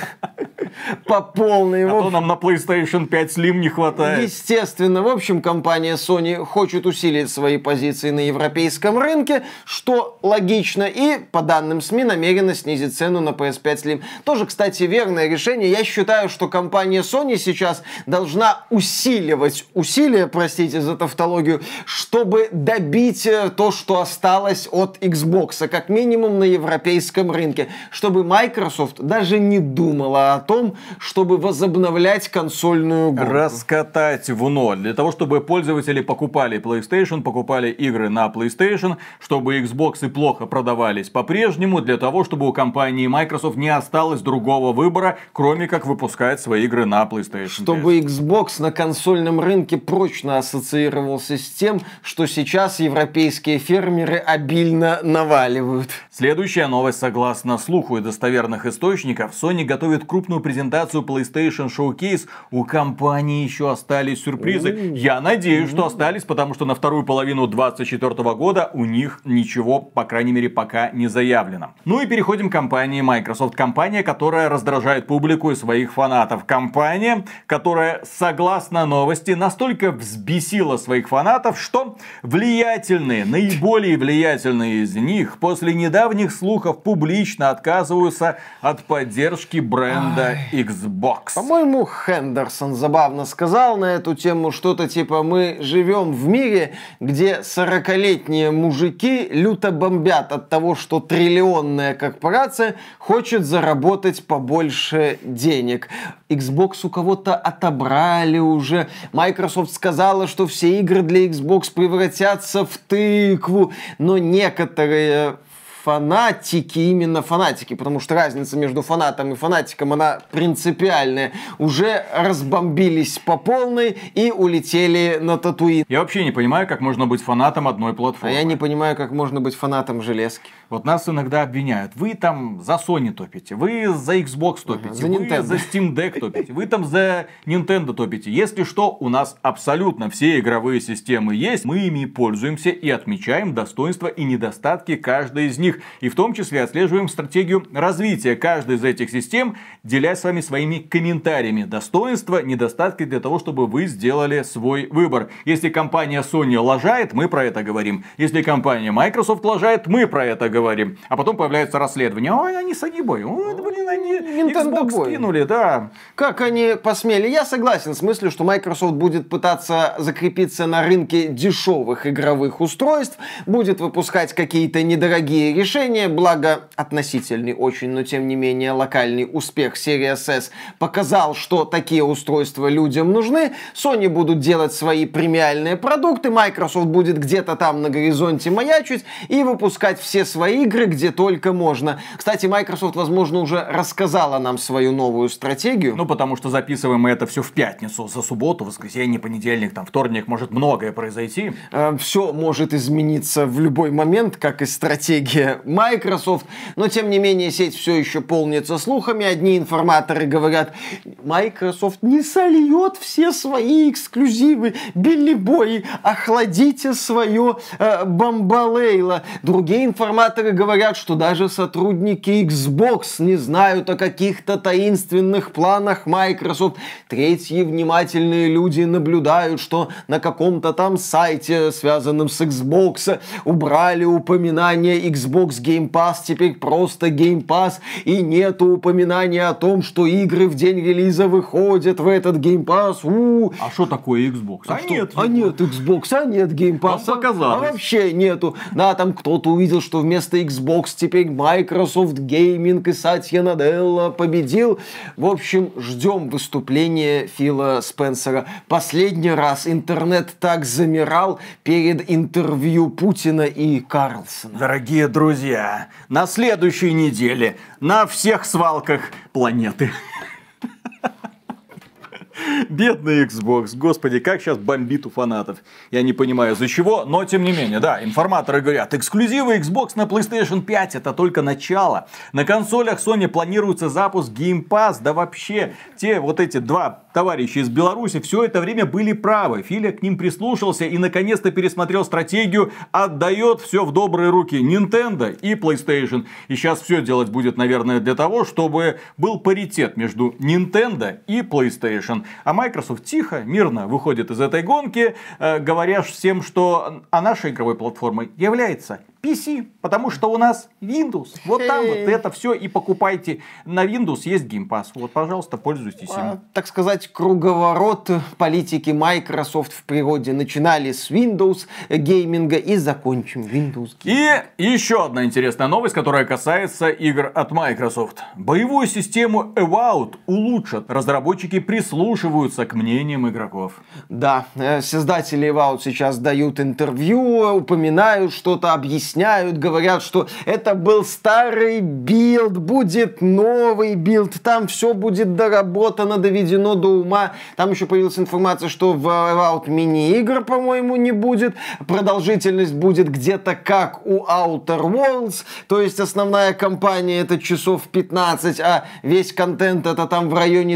по полной. А то нам на PlayStation 5 Slim не хватает. Естественно. В общем, компания Sony хочет усилить свои позиции на европейском рынке, что логично. И, по данным СМИ, намерена снизить цену на PS5 Slim. Тоже, кстати, верное решение. Я считаю, что компания Sony сейчас должна усиливать усилия, простите за тавтологию, чтобы добить то, что осталось от Xbox, как минимум на европейском рынке. Чтобы Microsoft даже не думала о том, чтобы возобновлять консольную гонку. Раскатать в ноль. Для того, чтобы пользователи покупали PlayStation, покупали игры на PlayStation, чтобы Xbox и плохо продавались по-прежнему, для того, чтобы у компании Microsoft не осталось другого выбора, кроме как выпускать свои игры на PlayStation 5. Чтобы Xbox на консольном рынке прочно ассоциировался с тем, что сейчас европейские фермеры обильно наваливают. Следующая новость. Согласно слуху и достоверных источников, Sony готовит крупную презентацию презентацию PlayStation Showcase у компании еще остались сюрпризы. Я надеюсь, что остались, потому что на вторую половину 2024 года у них ничего, по крайней мере, пока не заявлено. Ну и переходим к компании Microsoft. Компания, которая раздражает публику и своих фанатов. Компания, которая, согласно новости, настолько взбесила своих фанатов, что влиятельные, наиболее влиятельные из них после недавних слухов публично отказываются от поддержки бренда Xbox. По-моему, Хендерсон забавно сказал на эту тему что-то типа: мы живем в мире, где 40-летние мужики люто бомбят от того, что триллионная корпорация хочет заработать побольше денег. Xbox у кого-то отобрали уже. Microsoft сказала, что все игры для Xbox превратятся в тыкву. Но некоторые фанатики, именно фанатики, потому что разница между фанатом и фанатиком, она принципиальная, уже разбомбились по полной и улетели на Татуин. Я вообще не понимаю, как можно быть фанатом одной платформы. А я не понимаю, как можно быть фанатом железки. Вот нас иногда обвиняют. Вы там за Sony топите, вы за Xbox топите, за вы Nintendo. за Steam Deck топите, вы там за Nintendo топите. Если что, у нас абсолютно все игровые системы есть, мы ими пользуемся и отмечаем достоинства и недостатки каждой из них. И в том числе отслеживаем стратегию развития каждой из этих систем, делясь с вами своими комментариями. Достоинства, недостатки для того, чтобы вы сделали свой выбор. Если компания Sony лажает, мы про это говорим. Если компания Microsoft лажает, мы про это говорим. А потом появляется расследование. Ой, они с Sony-бой. Ой, блин, они Xbox кинули, да. Как они посмели? Я согласен с мыслью, что Microsoft будет пытаться закрепиться на рынке дешевых игровых устройств, будет выпускать какие-то недорогие решения, благо относительный очень, но тем не менее локальный успех Series S показал, что такие устройства людям нужны. Sony будут делать свои премиальные продукты, Microsoft будет где-то там на горизонте маячить и выпускать все свои игры, где только можно. Кстати, Microsoft, возможно, уже рассказала нам свою новую стратегию. Ну, потому что записываем мы это все в пятницу. За субботу, воскресенье, понедельник, там, вторник может многое произойти. Все может измениться в любой момент, как и стратегия Microsoft. Но, тем не менее, сеть все еще полнится слухами. Одни информаторы говорят: Microsoft не сольет все свои эксклюзивы. Билли Бой, охладите свое бомбалейло. Другие информаторы говорят, что даже сотрудники Xbox не знают о каких-то таинственных планах Microsoft. Третьи внимательные люди наблюдают, что на каком-то там сайте, связанном с Xbox, убрали упоминание Xbox Game Pass, теперь просто Game Pass, и нету упоминания о том, что игры в день релиза выходят в этот Game Pass. А что такое Xbox? Нет Xbox, а нет Game Pass. А вообще нету. Да, там кто-то увидел, что вместо Xbox теперь Microsoft Gaming, и Сатья Наделла победил. В общем, ждем выступления Фила Спенсера. Последний раз интернет так замирал перед интервью Путина и Карлсона. Дорогие друзья, на следующей неделе на всех свалках планеты. Бедный Xbox, господи, как сейчас бомбит у фанатов. Я не понимаю, из-за чего, но тем не менее, да, информаторы говорят, эксклюзивы Xbox на PlayStation 5 это только начало. На консолях Sony планируется запуск Game Pass, да вообще, те вот эти два товарища из Беларуси все это время были правы. Филя к ним прислушался и наконец-то пересмотрел стратегию, отдает все в добрые руки Nintendo и PlayStation. И сейчас все делать будет, наверное, для того, чтобы был паритет между Nintendo и PlayStation. А Microsoft тихо, мирно выходит из этой гонки, говоря всем, что нашей игровой платформой является PC, потому что у нас Windows. Вот там вот это все и покупайте. На Windows есть Game Pass. Вот, пожалуйста, пользуйтесь им. Так сказать, круговорот политики Microsoft в природе. Начинали с Windows гейминга и закончим Windows гейминг. И еще одна интересная новость, которая касается игр от Microsoft. Боевую систему Evout улучшат. Разработчики прислушиваются к мнениям игроков. Да, создатели Evout сейчас дают интервью, упоминают что-то, объясняют, объясняют, говорят, что это был старый билд, будет новый билд, там все будет доработано, доведено до ума. Там еще появилась информация, что в Fallout мини-игр, по-моему, не будет. Продолжительность будет где-то как у Outer Worlds, то есть основная кампания это часов 15, а весь контент это там в районе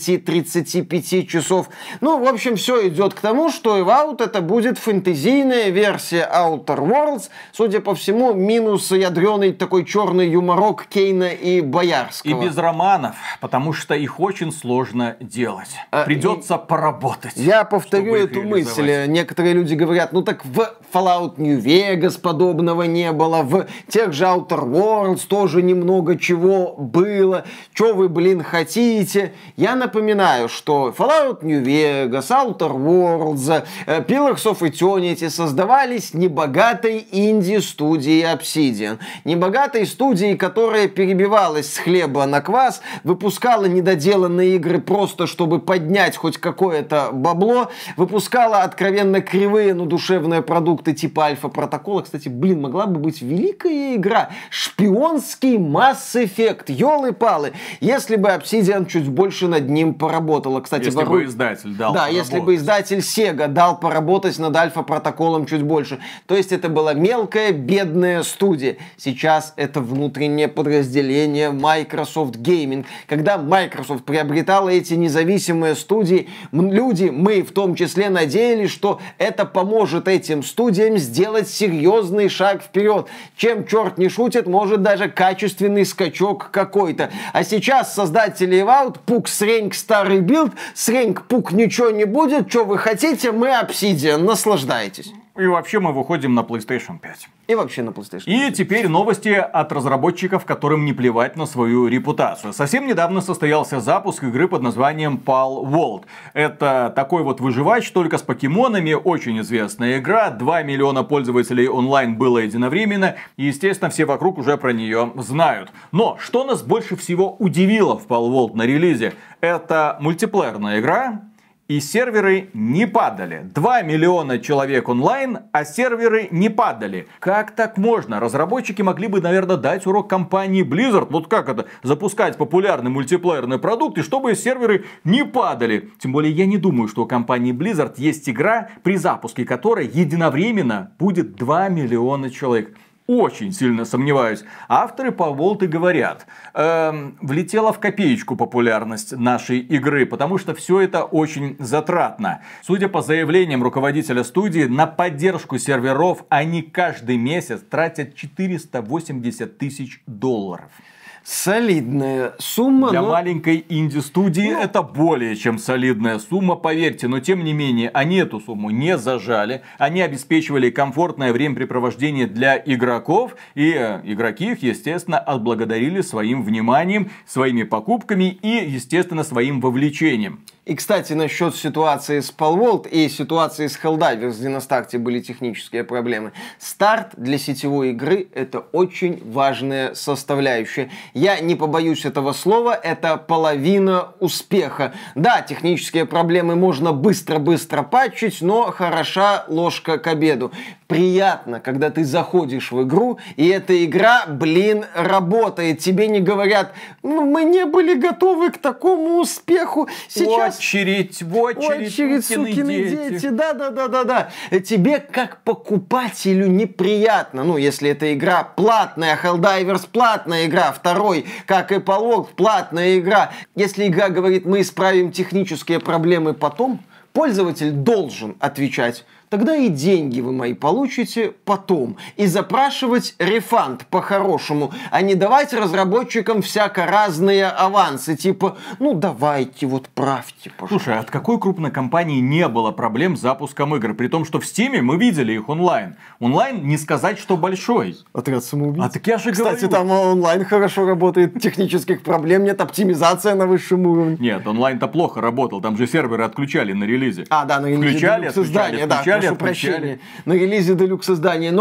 30-35 часов. Ну, в общем, все идет к тому, что Fallout это будет фэнтезийная версия Outer Worlds, судя по всему, минус ядреный такой черный юморок Кейна и Боярского. И без романов, потому что их очень сложно делать. Придется поработать. Я повторю эту мысль. Некоторые люди говорят, ну так в Fallout New Vegas подобного не было, в тех же Outer Worlds тоже немного чего было. Чё вы, блин, хотите? Я напоминаю, что Fallout New Vegas, Outer Worlds, Pillars of Eternity создавались небогатой инди-студией Obsidian. Небогатой студией, которая перебивалась с хлеба на квас, выпускала недоделанные игры просто, чтобы поднять хоть какое-то бабло, выпускала откровенно кривые, но душевные продукты типа Альфа-протокола. Кстати, блин, могла бы быть великая игра. Шпионский Mass Effect. Ёлы-палы. Если бы Obsidian чуть больше над ним поработала. Кстати, если бы издатель дал Да, если бы издатель Sega дал поработать над Альфа-протоколом чуть больше. То есть это была мелкая, бедная студия. Сейчас это внутреннее подразделение Microsoft Gaming. Когда Microsoft приобретала эти независимые студии, люди, мы в том числе, надеялись, что это поможет этим студиям сделать серьезный шаг вперед. Чем черт не шутит, может даже качественный скачок какой-то. А сейчас создатели Fallout, пук, среньк, старый билд, среньк, пук, ничего не будет, что вы хотите, мы Obsidian, наслаждайтесь. И вообще мы выходим на PlayStation 5. И вообще на PlayStation 5. И теперь новости от разработчиков, которым не плевать на свою репутацию. Совсем недавно состоялся запуск игры под названием Palworld. Это такой вот выживач, только с покемонами. Очень известная игра. 2 миллиона пользователей онлайн было единовременно. И, естественно, все вокруг уже про нее знают. Но что нас больше всего удивило в Palworld на релизе? Это мультиплеерная игра. И серверы не падали. 2 миллиона человек онлайн, а серверы не падали. Как так можно? Разработчики могли бы, наверное, дать урок компании Blizzard. Вот как это? Запускать популярный мультиплеерный продукт, и чтобы серверы не падали. Тем более, я не думаю, что у компании Blizzard есть игра, при запуске которой единовременно будет 2 миллиона человек. Очень сильно сомневаюсь. Авторы Palworld и говорят, влетела в копеечку популярность нашей игры, потому что все это очень затратно. Судя по заявлениям руководителя студии, на поддержку серверов они каждый месяц тратят $480 тысяч. Солидная сумма. Для маленькой инди-студии это более чем солидная сумма, поверьте. Но тем не менее, они эту сумму не зажали. Они обеспечивали комфортное времяпрепровождение для игроков. И игроки их, естественно, отблагодарили своим вниманием, своими покупками и, естественно, своим вовлечением. И, кстати, насчет ситуации с Palworld и ситуации с Helldivers, где на старте были технические проблемы. Старт для сетевой игры – это очень важная составляющая. Я не побоюсь этого слова, это половина успеха. Да, технические проблемы можно быстро-быстро патчить, но хороша ложка к обеду. Приятно, когда ты заходишь в игру, и эта игра, блин, работает. Тебе не говорят, мы не были готовы к такому успеху. Сейчас... Очередь, сукины дети. Да. Тебе, как покупателю, неприятно. Ну, если эта игра платная, Helldivers платная игра, второй, как и Palworld, платная игра. Если игра говорит, мы исправим технические проблемы потом, пользователь должен отвечать. Тогда и деньги вы мои получите потом. И запрашивать рефанд по-хорошему, а не давать разработчикам всяко разные авансы. Типа, ну давайте, вот правьте, пожалуйста. Слушай, от какой крупной компании не было проблем с запуском игр? При том, что в Steam мы видели их онлайн. Онлайн не сказать, что большой. Отряд самоубийц. А так я же Кстати, говорю. там онлайн хорошо работает, технических проблем нет, оптимизация на высшем уровне. Нет, онлайн-то плохо работал, там же серверы отключали на релизе. А, да, на релизе Включали, Deluxe издания, да, прошу прощения. На релизе Deluxe издания, но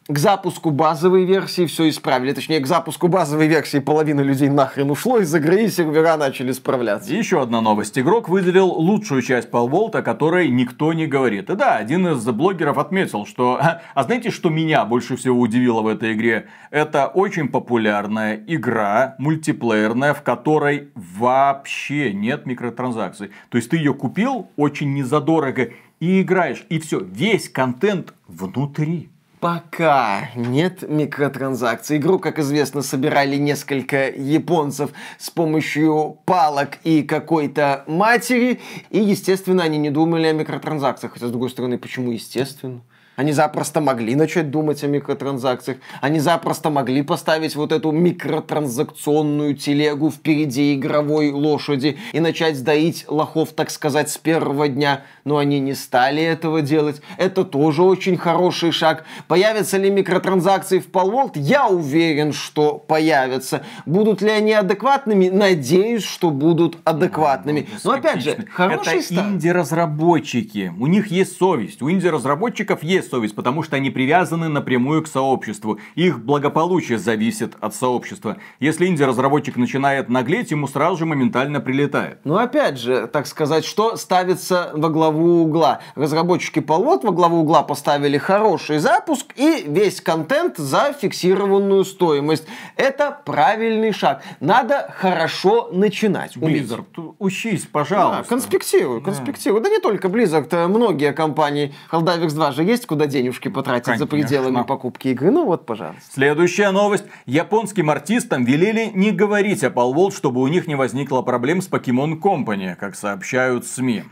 к запуску базовой версии все исправили. Точнее, к запуску базовой версии половина людей нахрен ушло из игры, и сервера начали справляться. Еще одна новость. Игрок выделил лучшую часть Palworld, о которой никто не говорит. И да, один из блогеров отметил, что... А знаете, что меня больше всего удивило в этой игре? Это очень популярная игра, мультиплеерная, в которой вообще нет микротранзакций. То есть ты ее купил очень незадорого и играешь, и все, весь контент внутри. Пока нет микротранзакций. Игру, как известно, собирали несколько японцев с помощью палок и какой-то матери. И, естественно, они не думали о микротранзакциях. Хотя, с другой стороны, почему естественно? Они запросто могли начать думать о микротранзакциях. Они запросто могли поставить вот эту микротранзакционную телегу впереди игровой лошади и начать доить лохов, так сказать, с первого дня. Но они не стали этого делать. Это тоже очень хороший шаг. Появятся ли микротранзакции в Palworld? Я уверен, что появятся. Будут ли они адекватными? Надеюсь, что будут адекватными. Но опять же, хороший старт. Это инди-разработчики. У них есть совесть. У инди-разработчиков есть совесть, потому что они привязаны напрямую к сообществу. Их благополучие зависит от сообщества. Если инди-разработчик начинает наглеть, ему сразу же моментально прилетает. Но опять же, так сказать, что ставится во главу угла? Разработчики Palworld во главу угла поставили хороший запуск и весь контент за фиксированную стоимость. Это правильный шаг. Надо хорошо начинать. Blizzard, учись, пожалуйста. Да, конспектируй. Да не только Blizzard, многие компании. Half-Life 2 же есть, куда денежки потратить. Конечно. За пределами покупки игры. Ну вот, пожалуйста. Следующая новость. Японским артистам велели не говорить о Palworld, чтобы у них не возникло проблем с Pokemon Company, как сообщают СМИ.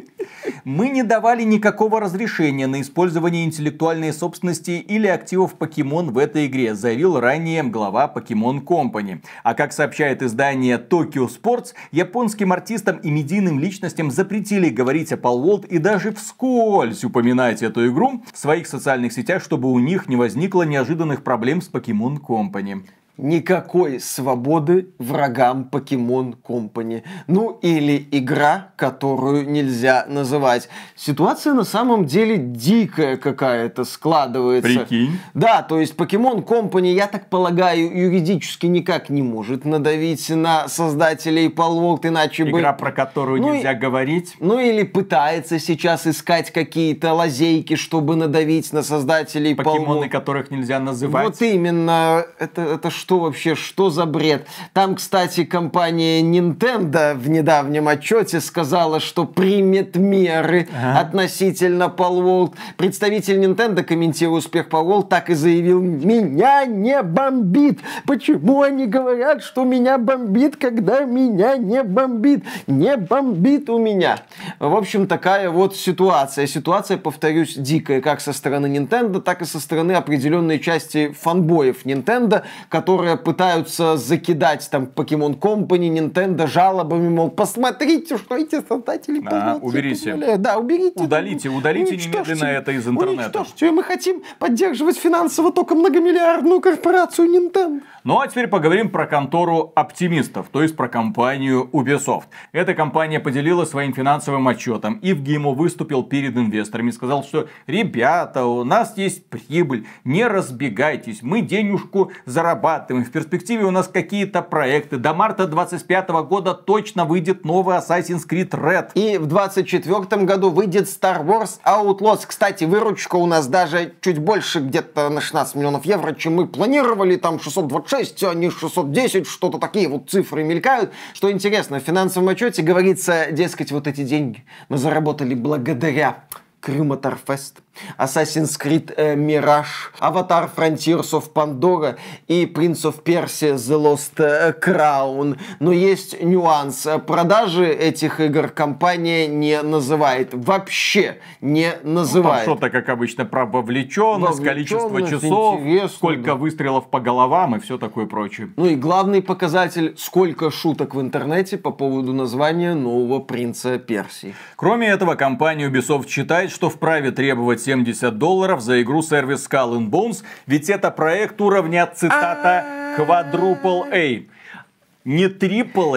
Мы не давали никакого разрешения на использование интеллектуальной собственности или активов Pokemon в этой игре, заявил ранее глава Pokemon Company. А как сообщает издание Tokyo Sports, японским артистам и медийным личностям запретили говорить о Palworld и даже вскользь упоминать эту игру в своих социальных сетях, чтобы у них не возникло неожиданных проблем с Pokemon Company. Никакой свободы врагам Pokemon Company. Ну или игра, которую нельзя называть. Ситуация на самом деле дикая какая-то складывается. Прикинь. Да, то есть Pokemon Company, я так полагаю, юридически никак не может надавить на создателей Palworld, иначе бы... Игра, про которую нельзя говорить. Ну или пытается сейчас искать какие-то лазейки, чтобы надавить на создателей Palworld. Покемоны, которых нельзя называть. Вот именно. Это что вообще, что за бред? Там, кстати, компания Nintendo в недавнем отчете сказала, что примет меры относительно Palworld. Представитель Nintendo, комментируя успех Palworld, так и заявил: меня не бомбит. Почему они говорят, что меня бомбит, когда меня не бомбит? Не бомбит у меня. В общем, такая вот ситуация. Ситуация, повторюсь, дикая, как со стороны Nintendo, так и со стороны определенной части фанбоев Nintendo, которые пытаются закидать там Pokemon Company, Nintendo жалобами, мол, посмотрите, что эти создатели уберите. Да, уберите. Удалите немедленно это из интернета. Уничтожьте. Мы хотим поддерживать финансово только многомиллиардную корпорацию Nintendo. Ну а теперь поговорим про контору оптимистов, то есть про компанию Ubisoft. Эта компания поделилась своим финансовым отчетом, и в ГИМО выступил перед инвесторами и сказал, что ребята, у нас есть прибыль, не разбегайтесь, мы денежку зарабатываем, в перспективе у нас какие-то проекты, до марта 2025 года точно выйдет новый Assassin's Creed Red. И в 2024 году выйдет Star Wars Outlaws. Кстати, выручка у нас даже чуть больше, где-то на 16 миллионов евро, чем мы планировали, там 626, а не 610, что-то такие вот цифры мелькают. Что интересно, в финансовом отчете говорится, дескать, вот эти деньги мы заработали благодаря Крым Моторфест, Assassin's Creed Mirage, Avatar Frontiers of Pandora и Prince of Persia The Lost Crown. Но есть нюанс. Продажи этих игр компания не называет. Вообще не называет. Что-то, как обычно, про вовлеченность, количество часов, сколько выстрелов по головам и все такое прочее. Ну и главный показатель, сколько шуток в интернете по поводу названия нового Принца Персии. Кроме этого, компания Ubisoft считает, что вправе требовать $70 за игру-сервис Skull and Bones, ведь это проект уровня, цитата, Quadruple A. Не Triple A,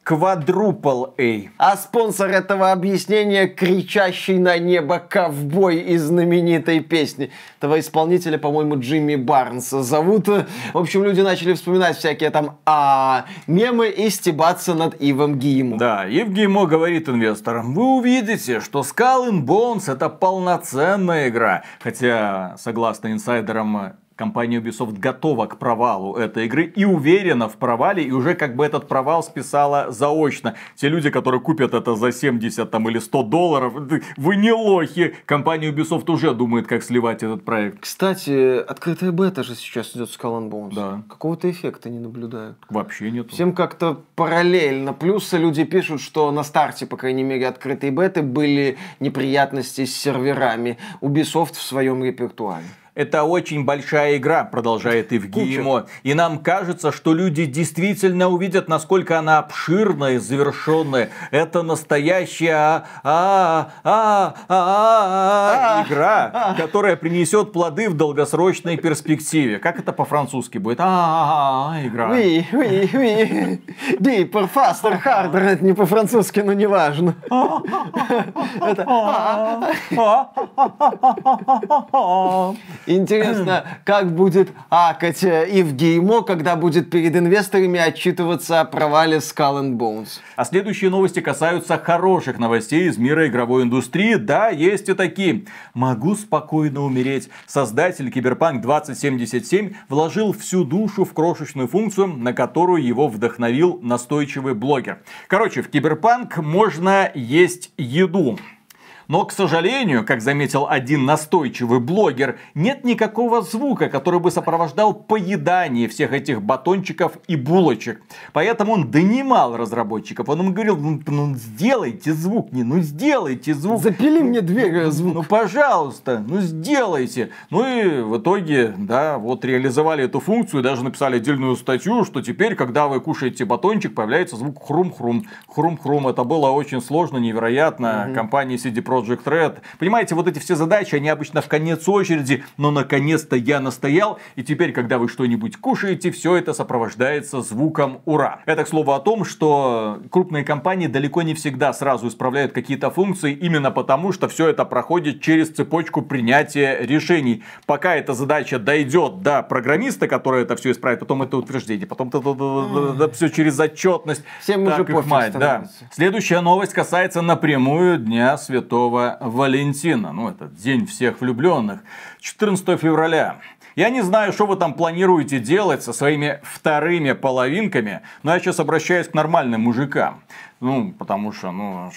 Quadruple A. А спонсор этого объяснения — кричащий на небо ковбой из знаменитой песни. Этого исполнителя, по-моему, Джимми Барнса зовут. В общем, люди начали вспоминать всякие там мемы и стебаться над Ивом Гиимо. Да, Ив Гиимо говорит инвесторам: вы увидите, что Skull and Bones — это полноценная игра. Хотя, согласно инсайдерам, компания Ubisoft готова к провалу этой игры и уверена в провале, и уже как бы этот провал списала заочно. Те люди, которые купят это за 70 там, или 100 долларов, вы не лохи. Компания Ubisoft уже думает, как сливать этот проект. Кстати, открытая бета же сейчас идет Skull and Bones. Да. Какого-то эффекта не наблюдаю. Вообще нет. Всем как-то параллельно. Плюс люди пишут, что на старте, по крайней мере, открытой беты были неприятности с серверами. Ubisoft в своем репертуаре. Это очень большая игра, продолжает Ив Гиимо. И нам кажется, что люди действительно увидят, насколько она обширная и завершенная. Это настоящая игра, которая принесет плоды в долгосрочной перспективе. Как это по-французски будет? Игра. Deeper, faster, harder. Это не по-французски, но неважно. Интересно, как будет акать Ив Гиимо, когда будет перед инвесторами отчитываться о провале Skull and Bones. А следующие новости касаются хороших новостей из мира игровой индустрии. Да, есть и такие. Могу спокойно умереть. Создатель Cyberpunk 2077 вложил всю душу в крошечную функцию, на которую его вдохновил настойчивый блогер. Короче, в Cyberpunk можно есть еду. Но, к сожалению, как заметил один настойчивый блогер, нет никакого звука, который бы сопровождал поедание всех этих батончиков и булочек. Поэтому он донимал разработчиков. Он им говорил: ну сделайте звук, сделайте звук. Запили мне дверь звук. Ну, пожалуйста, сделайте. Ну и в итоге, да, вот реализовали эту функцию, даже написали отдельную статью, что теперь, когда вы кушаете батончик, появляется звук хрум-хрум. Хрум-хрум. Это было очень сложно, невероятно. Компания CD Projekt Red. Понимаете, вот эти все задачи, они обычно в конец очереди, но наконец-то я настоял, и теперь, когда вы что-нибудь кушаете, все это сопровождается звуком «Ура». Это, к слову, о том, что крупные компании далеко не всегда сразу исправляют какие-то функции, именно потому, что все это проходит через цепочку принятия решений. Пока эта задача дойдет до программиста, который это все исправит, потом это утверждение, потом это все через отчетность. Всем уже пофиг становится. Следующая новость касается напрямую Дня Святого Валентина. Ну, это день всех влюбленных. 14 февраля. Я не знаю, что вы там планируете делать со своими вторыми половинками, но я сейчас обращаюсь к нормальным мужикам. Ну, потому что,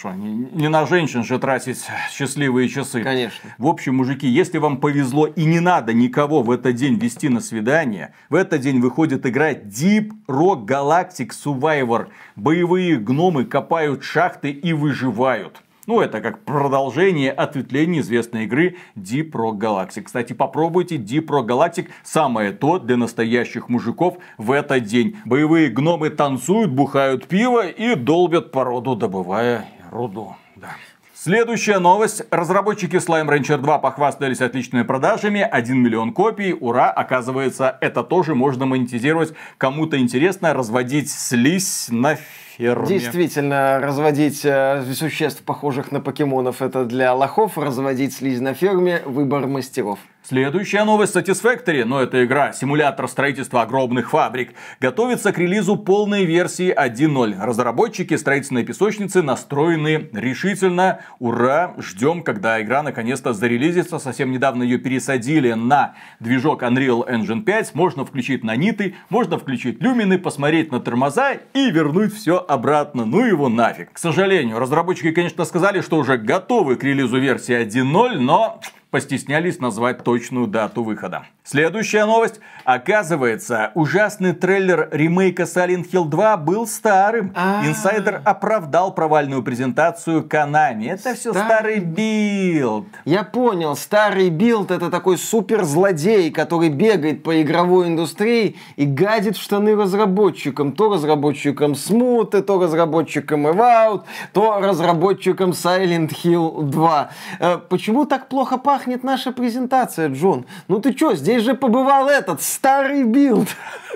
не на женщин же тратить счастливые часы. Конечно. В общем, мужики, если вам повезло и не надо никого в этот день вести на свидание, в этот день выходит игра Deep Rock Galactic Survivor. Боевые гномы копают шахты и выживают. Ну, это как продолжение ответвления известной игры Deep Rock Galactic. Кстати, попробуйте Deep Rock Galactic. Самое то для настоящих мужиков в этот день. Боевые гномы танцуют, бухают пиво и долбят породу, добывая руду. Да. Следующая новость. Разработчики Slime Rancher 2 похвастались отличными продажами. 1 миллион копий. Ура! Оказывается, это тоже можно монетизировать. Кому-то интересно разводить слизь на ферме. Действительно, разводить существ, похожих на покемонов, это для лохов. Разводить слизь на ферме — выбор мастеров. Следующая новость. Satisfactory, но это игра, симулятор строительства огромных фабрик, готовится к релизу полной версии 1.0. Разработчики строительной песочницы настроены решительно. Ура! Ждем, когда игра наконец-то зарелизится. Совсем недавно ее пересадили на движок Unreal Engine 5. Можно включить наниты, можно включить люмины, посмотреть на тормоза и вернуть все обратно. Ну его нафиг. К сожалению, разработчики, конечно, сказали, что уже готовы к релизу версии 1.0, но постеснялись назвать точную дату выхода. Следующая новость. Оказывается, ужасный трейлер ремейка Silent Hill 2 был старым. Инсайдер оправдал провальную презентацию Konami. Это все старый билд. Я понял. Старый билд — это такой суперзлодей, который бегает по игровой индустрии и гадит в штаны разработчикам. То разработчикам Смуты, то разработчикам Evout, то разработчикам Silent Hill 2. Почему так плохо пахнет наша презентация, Джон? Ну ты чё, здесь же побывал этот старый билд.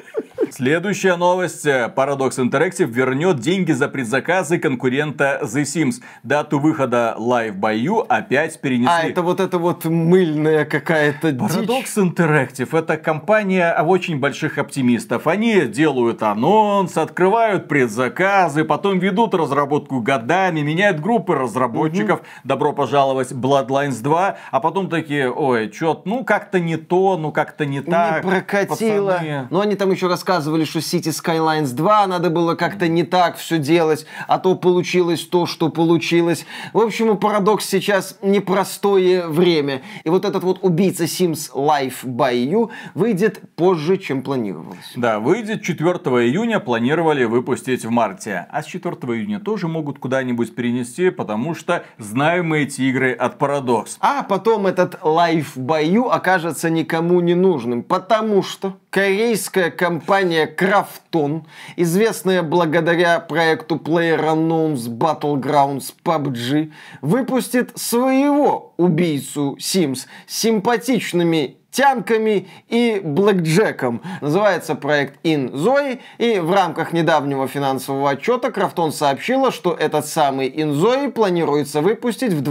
Следующая новость. Paradox Interactive вернет деньги за предзаказы конкурента The Sims. Дату выхода Live by You опять перенесли. Это вот мыльная какая-то Paradox Interactive это компания очень больших оптимистов. Они делают анонс, открывают предзаказы, потом ведут разработку годами, меняют группы разработчиков. Добро пожаловать Bloodlines 2. А потом такие, ой, чё, как-то не то, как-то не так. Не прокатило. Пацаны. Но они там еще рассказывали, что City Skylines 2 надо было как-то не так все делать, а то получилось то, что получилось. В общем, у Paradox сейчас непростое время. И вот этот вот убийца Sims Live by You выйдет позже, чем планировалось. Да, выйдет 4 июня, планировали выпустить в марте. А с 4 июня тоже могут куда-нибудь перенести, потому что знаем мы эти игры от Paradox. А потом этот Live by You окажется никому не нужным, потому что корейская компания Krafton, известная благодаря проекту PlayerUnknown's Battlegrounds PUBG, выпустит своего убийцу Sims с симпатичными тянками и блэкджеком. Называется проект InZoe, и в рамках недавнего финансового отчета Krafton сообщила, что этот самый InZoe планируется выпустить в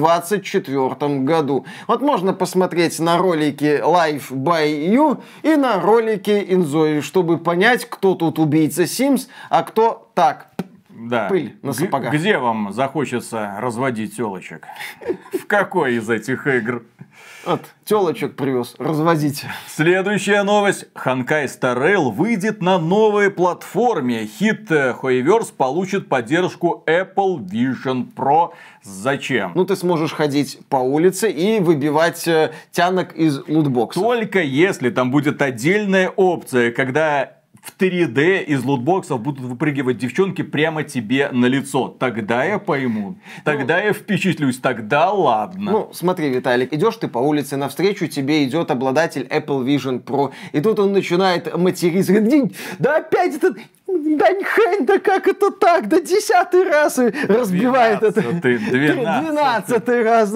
2024 году. Вот можно посмотреть на ролики Live by You и на ролики InZoe, чтобы понять, кто тут убийца Sims, а кто так. Да. Пыль на сапогах. Где вам захочется разводить телочек? В какой из этих игр? Вот, телочек привез, развозите. Следующая новость. Honkai Star Rail выйдет на новой платформе. Хит Hoyoverse получит поддержку Apple Vision Pro. Зачем? Ты сможешь ходить по улице и выбивать тянок из лутбоксов. Только если там будет отдельная опция, когда в 3D из лутбоксов будут выпрыгивать девчонки прямо тебе на лицо. Тогда я пойму. Тогда я впечатлюсь. Тогда ладно. Смотри, Виталик, идешь ты по улице, навстречу тебе идет обладатель Apple Vision Pro. И тут он начинает материться. Говорит, да опять этот Даньхэнь, да как это так? Да 10-й раз и разбивает это. 12-й раз.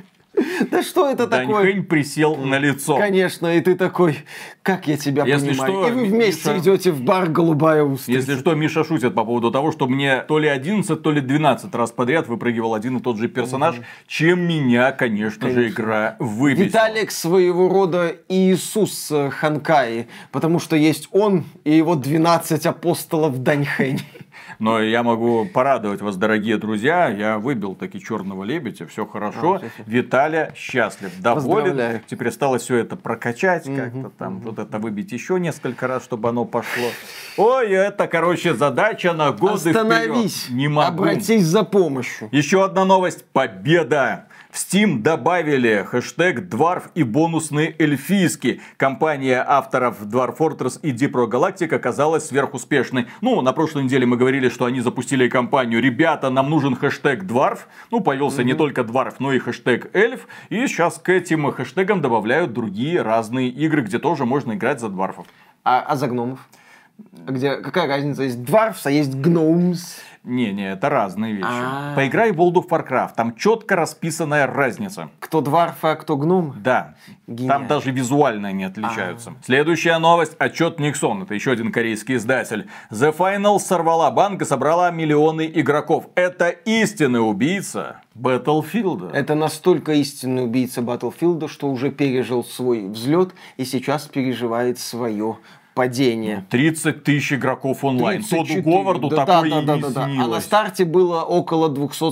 Да что это такое? Даньхэнь присел на лицо. Конечно, и ты такой, как я тебя понимаю. Что, и вы вместе идете в бар «Голубая устрица». Если что, Миша шутит по поводу того, что мне то ли 11, то ли 12 раз подряд выпрыгивал один и тот же персонаж, чем меня, конечно же, игра выбесила. Виталик своего рода Иисус Ханкаи, потому что есть он и его 12 апостолов Даньхэнь. Но я могу порадовать вас, дорогие друзья. Я выбил таки черного лебедя, все хорошо. Виталя счастлив, доволен. Теперь осталось все это прокачать, как-то там вот это выбить еще несколько раз, чтобы оно пошло. Ой, это, задача на годы Остановись, вперед. Не могу. Обратись за помощью. Еще одна новость. Победа! В Steam добавили хэштег Dwarf и бонусные эльфийские. Компания авторов Dwarf Fortress и Deep Rock Galactic оказалась сверхуспешной. На прошлой неделе мы говорили, что они запустили кампанию «Ребята, нам нужен хэштег Dwarf». Появился не только Dwarf, но и хэштег Эльф. И сейчас к этим хэштегам добавляют другие разные игры, где тоже можно играть за дварфов. А за гномов? Какая разница? Есть Dwarfs, а есть Gnomes. Не, это разные вещи. Поиграй в World of Warcraft, там четко расписанная разница. Кто дварф, а кто гном? Да, там даже визуально они отличаются. Следующая новость. Отчет Nixon, это еще один корейский издатель. The Final сорвала банк и собрала миллионы игроков. Это истинный убийца Battlefield. Это настолько истинный убийца Battlefield, что уже пережил свой взлет и сейчас переживает свое падение. 30 тысяч игроков онлайн. Тоду Говарду такое и не снилось. А на старте было около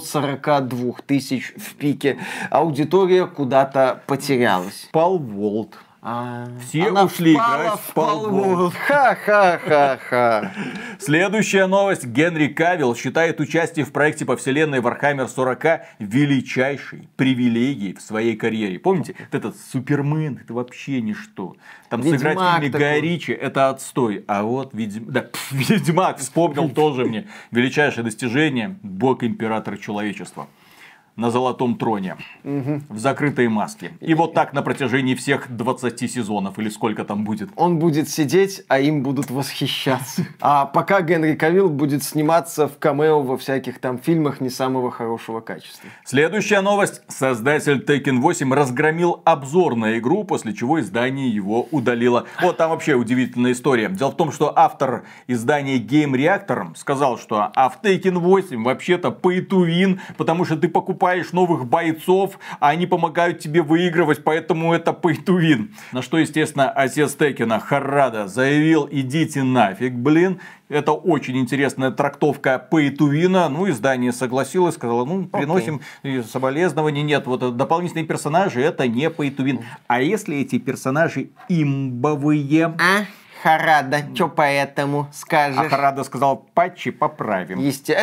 242 тысяч в пике. Аудитория куда-то потерялась. Palworld. Все ушли играть в Palworld. Ха-ха-ха-ха. Следующая новость. Генри Кавилл считает участие в проекте по вселенной Warhammer 40 величайшей привилегией в своей карьере. Помните, этот Супермен, это вообще ничто. Там сыграть в фильме Гая Ричи, это отстой. А вот Ведьмак вспомнил тоже мне. Величайшее достижение. Бог император человечества. на золотом троне. В закрытой маске. И вот так на протяжении всех 20 сезонов. Или сколько там будет. Он будет сидеть, а им будут восхищаться. А пока Генри Кавилл будет сниматься в камео во всяких там фильмах не самого хорошего качества. Следующая новость. Создатель Tekken 8 разгромил обзор на игру, после чего издание его удалило. Вот там вообще удивительная история. Дело в том, что автор издания Game Reactor сказал, что в Tekken 8 вообще-то pay to win, потому что ты покупаешь новых бойцов, а они помогают тебе выигрывать, поэтому это pay to win. На что, естественно, отец Текена Харада заявил: идите нафиг, блин. Это очень интересная трактовка pay to win. Ну, издание согласилось, сказало, приносим соболезнования. Нет, вот дополнительные персонажи, это не pay to win. А если эти персонажи имбовые? Харада, что по этому скажешь? А Харада сказал, патчи поправим.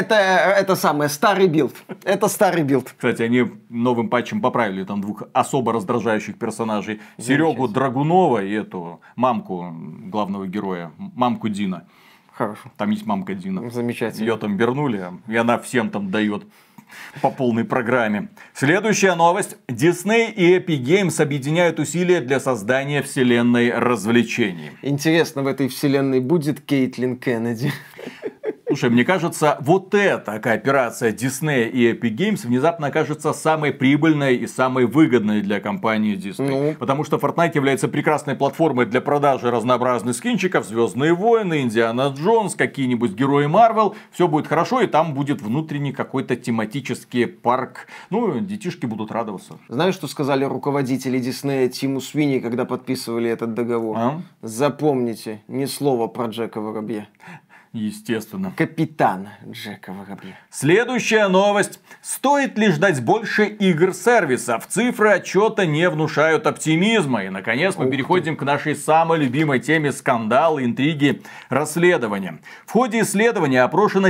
Это самое, старый билд. Это старый билд. Кстати, они новым патчем поправили там двух особо раздражающих персонажей. Серегу Драгунова и эту мамку главного героя, мамку Дина. Хорошо. Там есть мамка Дина. Замечательно. Ее там вернули, и она всем там дает по полной программе. Следующая новость. Disney и Epic Games объединяют усилия для создания вселенной развлечений. Интересно, в этой вселенной будет Кейтлин Кеннеди? Слушай, мне кажется, вот эта кооперация Disney и Epic Games внезапно окажется самой прибыльной и самой выгодной для компании Disney. Потому что Fortnite является прекрасной платформой для продажи разнообразных скинчиков, Звездные войны, Индиана Джонс, какие-нибудь герои Марвел. Все будет хорошо, и там будет внутренний какой-то тематический парк. Ну, детишки будут радоваться. Знаешь, что сказали руководители Disney Тиму Свини, когда подписывали этот договор? Запомните, ни слова про Джека Воробья. Естественно. Капитан Джека Воробья. Следующая новость. Стоит ли ждать больше игр-сервисов? Цифры отчета не внушают оптимизма. И, наконец, мы переходим к нашей самой любимой теме: скандалы, интриги, расследования. В ходе исследования опрошено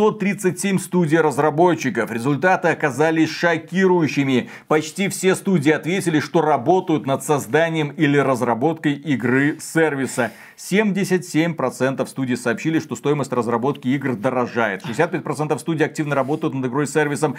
537 студий-разработчиков. Результаты оказались шокирующими. Почти все студии ответили, что работают над созданием или разработкой игры-сервиса. 77% студий сообщили, что стоимость разработки игр дорожает. 65% студий активно работают над игрой-сервисом.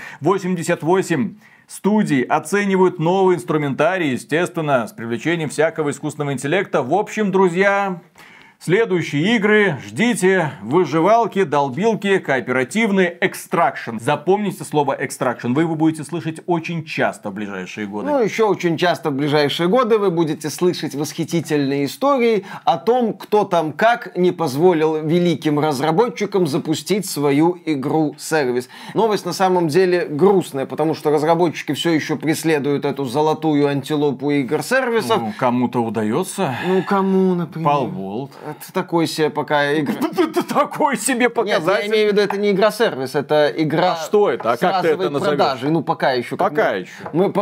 88% студий оценивают новый инструментарий, естественно, с привлечением всякого искусственного интеллекта. В общем, друзья, следующие игры ждите: выживалки, долбилки, кооперативные, экстракшн. Запомните слово экстракшн, вы его будете слышать очень часто в ближайшие годы. Ну, еще очень часто в ближайшие годы вы будете слышать восхитительные истории о том, кто там как не позволил великим разработчикам запустить свою игру-сервис. Новость на самом деле грустная, потому что разработчики все еще преследуют эту золотую антилопу игр-сервисов. Ну, кому-то удается. Ну, кому, например? Palworld. Это такой себе пока игра. Такой себе показатель. Нет, я имею в виду, это не игра-сервис, это игра. А что это? А как ты это назовешь? Продажи. Ну, пока еще. Пока еще.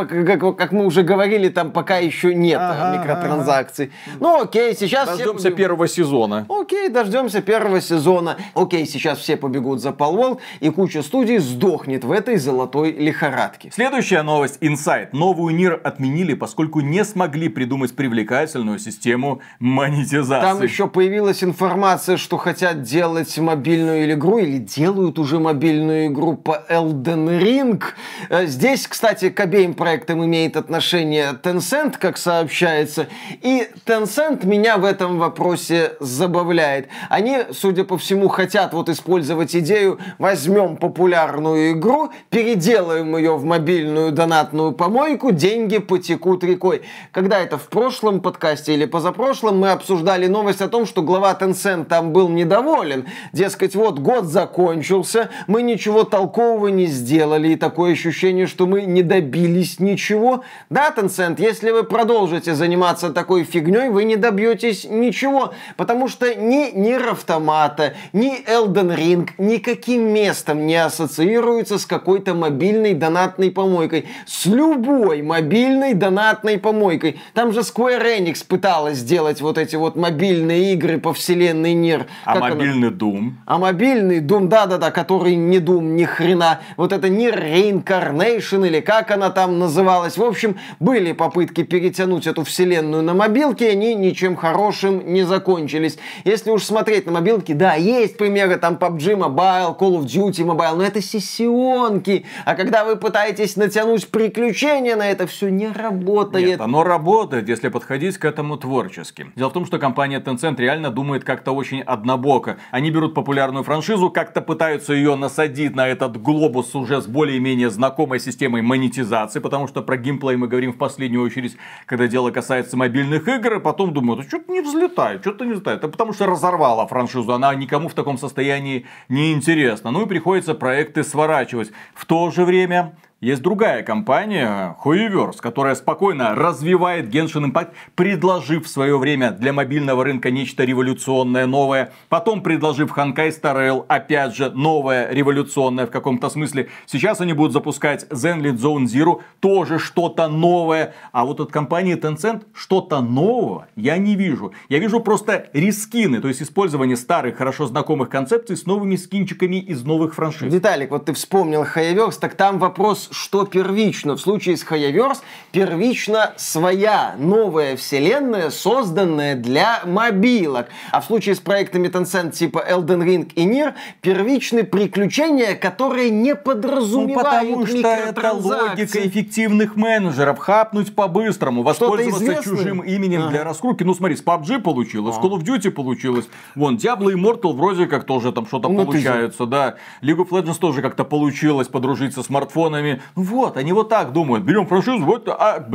Как мы уже говорили, там пока еще нет микротранзакций. Ну, окей, сейчас дождемся первого сезона. Окей, дождемся первого сезона. Окей, сейчас все побегут за Palworld, и куча студий сдохнет в этой золотой лихорадке. Следующая новость. Inside. Новую Нир отменили, поскольку не смогли придумать привлекательную систему монетизации. Там еще появилась информация, что хотят делать мобильную игру, или делают уже мобильную игру по Elden Ring. Здесь, кстати, к обеим проектам имеет отношение Tencent, как сообщается. И Tencent меня в этом вопросе забавляет. Они, судя по всему, хотят вот использовать идею: возьмем популярную игру, переделаем ее в мобильную донатную помойку, деньги потекут рекой. Когда это в прошлом подкасте или позапрошлом мы обсуждали новость о том, что глава Tencent там был недоволен. Дескать, вот год закончился, мы ничего толкового не сделали, и такое ощущение, что мы не добились ничего. Да, Tencent, если вы продолжите заниматься такой фигней, вы не добьетесь ничего, потому что ни Nier Automata, ни Elden Ring никаким местом не ассоциируются с какой-то мобильной донатной помойкой. С любой мобильной донатной помойкой. Там же Square Enix пыталась сделать вот эти вот мобильные игры по вселенной Nier. А мобильные мобильный Doom. А мобильный Doom, да-да-да, который не Doom, ни хрена. Вот это не Reincarnation или как она там называлась. В общем, были попытки перетянуть эту вселенную на мобилки, они ничем хорошим не закончились. Если уж смотреть на мобилки, да, есть примеры, там PUBG Mobile, Call of Duty Mobile, но это сессионки. А когда вы пытаетесь натянуть приключения на это, все не работает. Нет, оно работает, если подходить к этому творчески. Дело в том, что компания Tencent реально думает как-то очень однобоко. Они берут популярную франшизу, как-то пытаются ее насадить на этот глобус уже с более-менее знакомой системой монетизации, потому что про геймплей мы говорим в последнюю очередь, когда дело касается мобильных игр, и потом думают, что-то не взлетает, что-то не взлетает. Это потому что разорвала франшизу, она никому в таком состоянии не интересна. Ну и приходится проекты сворачивать. В то же время есть другая компания, Huiverse, которая спокойно развивает Genshin Impact, предложив в свое время для мобильного рынка нечто революционное, новое. Потом предложив Honkai Star Rail, опять же, новое, революционное в каком-то смысле. Сейчас они будут запускать Zenlit Zone Zero, тоже что-то новое. А вот от компании Tencent что-то нового я не вижу. Я вижу просто рескины, то есть использование старых, хорошо знакомых концепций с новыми скинчиками из новых франшиз. Виталик, вот ты вспомнил Huiverse, так там вопрос, что первично. В случае с Huiverse первично своя новая вселенная, созданная для мобилок. А в случае с проектами Tencent типа Elden Ring и Nier первичны приключения, которые не подразумевают потому что это логика эффективных менеджеров. Хапнуть по-быстрому, воспользоваться чужим именем для раскрутки. Ну смотри, с PUBG получилось, с Call of Duty получилось. Вон, Diablo Immortal вроде как тоже там что-то получается. Да. League of Legends тоже как-то получилось подружиться с смартфонами. Вот, они вот так думают. Берем франшизу, вот,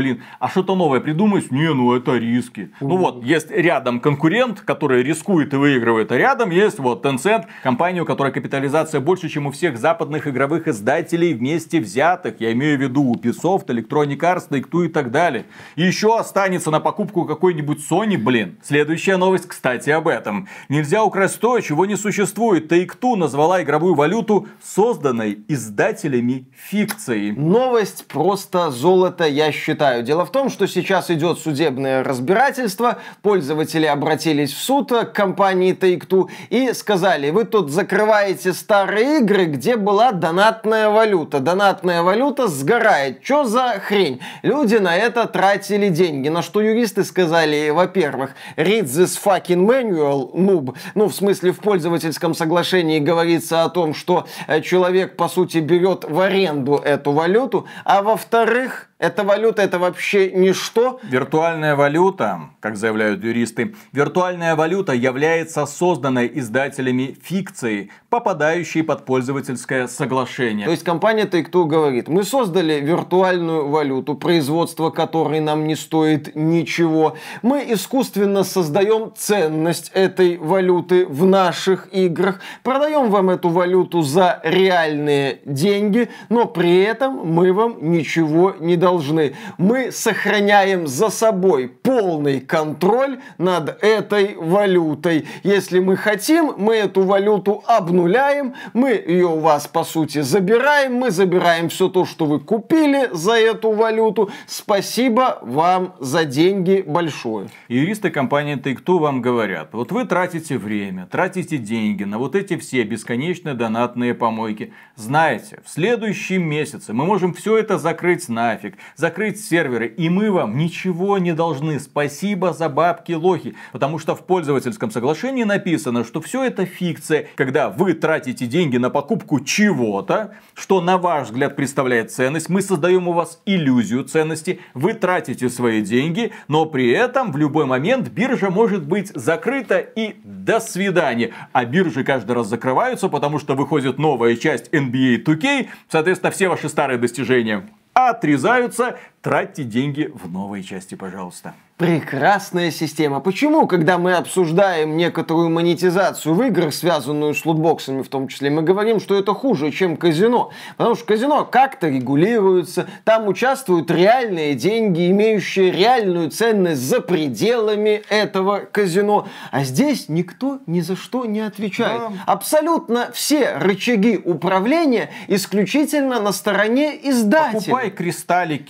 а что-то новое придумать? Не, ну это риски. Ну вот, есть рядом конкурент, который рискует и выигрывает, а рядом есть вот Tencent, компания, у которой капитализация больше, чем у всех западных игровых издателей вместе взятых. Я имею в виду Ubisoft, Electronic Arts, Take-Two и так далее. И еще останется на покупку какой-нибудь Sony, блин. Следующая новость, кстати, об этом. Нельзя украсть то, чего не существует. Take-Two назвала игровую валюту созданной издателями фикцией. Новость просто золото, я считаю. Дело в том, что сейчас идет судебное разбирательство. Пользователи обратились в суд к компании Take-Two и сказали, вы тут закрываете старые игры, где была донатная валюта. Донатная валюта сгорает. Что за хрень? Люди на это тратили деньги. На что юристы сказали, во-первых, read this fucking manual, noob. Ну, в смысле, в пользовательском соглашении говорится о том, что человек, по сути, берет в аренду эту валюту, а во-вторых, эта валюта это вообще ничто. Виртуальная валюта, как заявляют юристы, виртуальная валюта является созданной издателями фикцией, попадающей под пользовательское соглашение. То есть компания Take-Two говорит, мы создали виртуальную валюту, производство которой нам не стоит ничего. Мы искусственно создаем ценность этой валюты в наших играх, продаем вам эту валюту за реальные деньги, но при этом мы вам ничего не должны. Мы сохраняем за собой полный контроль над этой валютой. Если мы хотим, мы эту валюту обнуляем, мы ее у вас, по сути, забираем, мы забираем все то, что вы купили за эту валюту. Спасибо вам за деньги большое. Юристы компании Take-Two вам говорят, вот вы тратите время, тратите деньги на вот эти все бесконечные донатные помойки. Знаете, в следующем месяце мы можем все это закрыть нафиг, закрыть серверы, и мы вам ничего не должны. Спасибо за бабки, лохи. Потому что в пользовательском соглашении написано, что все это фикция, когда вы тратите деньги на покупку чего-то, что на ваш взгляд представляет ценность, мы создаем у вас иллюзию ценности, вы тратите свои деньги, но при этом в любой момент биржа может быть закрыта и до свидания. А биржи каждый раз закрываются, потому что выходит новая часть NBA 2K, соответственно, все ваши старые достижения отрезаются, тратьте деньги в новой части, пожалуйста. Прекрасная система. Почему, когда мы обсуждаем некоторую монетизацию в играх, связанную с лутбоксами в том числе, мы говорим, что это хуже, чем казино? Потому что казино как-то регулируется, там участвуют реальные деньги, имеющие реальную ценность за пределами этого казино. А здесь никто ни за что не отвечает. Да. Абсолютно все рычаги управления исключительно на стороне издателя. Покупай кристаллики,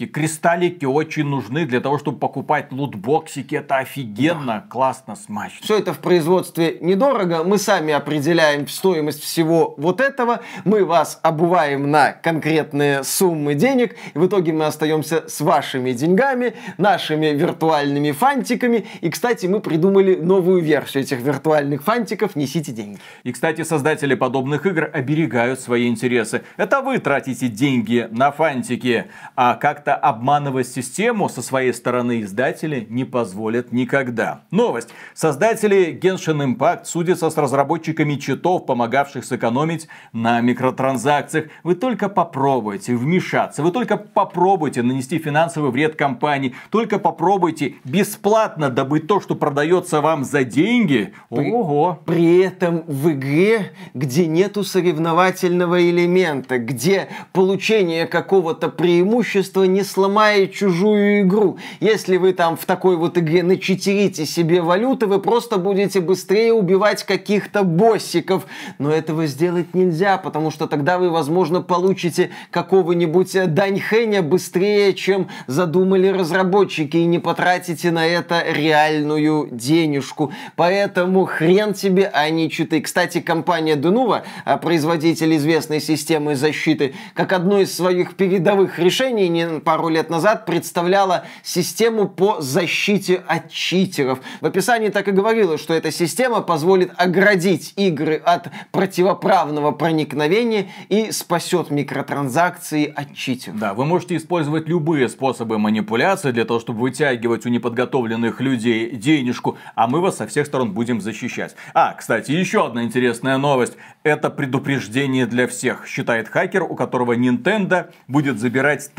кристаллики очень нужны для того, чтобы покупать лутбоксики. Это офигенно, классно, смачно. Все это в производстве недорого. Мы сами определяем стоимость всего вот этого. Мы вас обуваем на конкретные суммы денег. И в итоге мы остаемся с вашими деньгами, нашими виртуальными фантиками. И, кстати, мы придумали новую версию этих виртуальных фантиков. Несите деньги. И, кстати, создатели подобных игр оберегают свои интересы. Это вы тратите деньги на фантики, а как-то обманывать систему со своей стороны издатели не позволят никогда. Новость. Создатели Genshin Impact судятся с разработчиками читов, помогавших сэкономить на микротранзакциях. Вы только попробуйте вмешаться, вы только попробуйте нанести финансовый вред компании, только попробуйте бесплатно добыть то, что продается вам за деньги. Ого! При этом в игре, где нету соревновательного элемента, где получение какого-то преимущества не сломает чужую игру. Если вы там в такой вот игре начитерите себе валюты, вы просто будете быстрее убивать каких-то боссиков. Но этого сделать нельзя, потому что тогда вы, возможно, получите какого-нибудь Даньхэня быстрее, чем задумали разработчики, и не потратите на это реальную денежку. Поэтому хрен тебе, а не читы. Кстати, компания Denuvo, производитель известной системы защиты, как одно из своих передовых решений пару лет назад представляла систему по защите от читеров. В описании так и говорилось, что эта система позволит оградить игры от противоправного проникновения и спасет микротранзакции от читеров. Да, вы можете использовать любые способы манипуляции для того, чтобы вытягивать у неподготовленных людей денежку, а мы вас со всех сторон будем защищать. Кстати, еще одна интересная новость. Это предупреждение для всех, считает хакер, у которого Nintendo будет забирать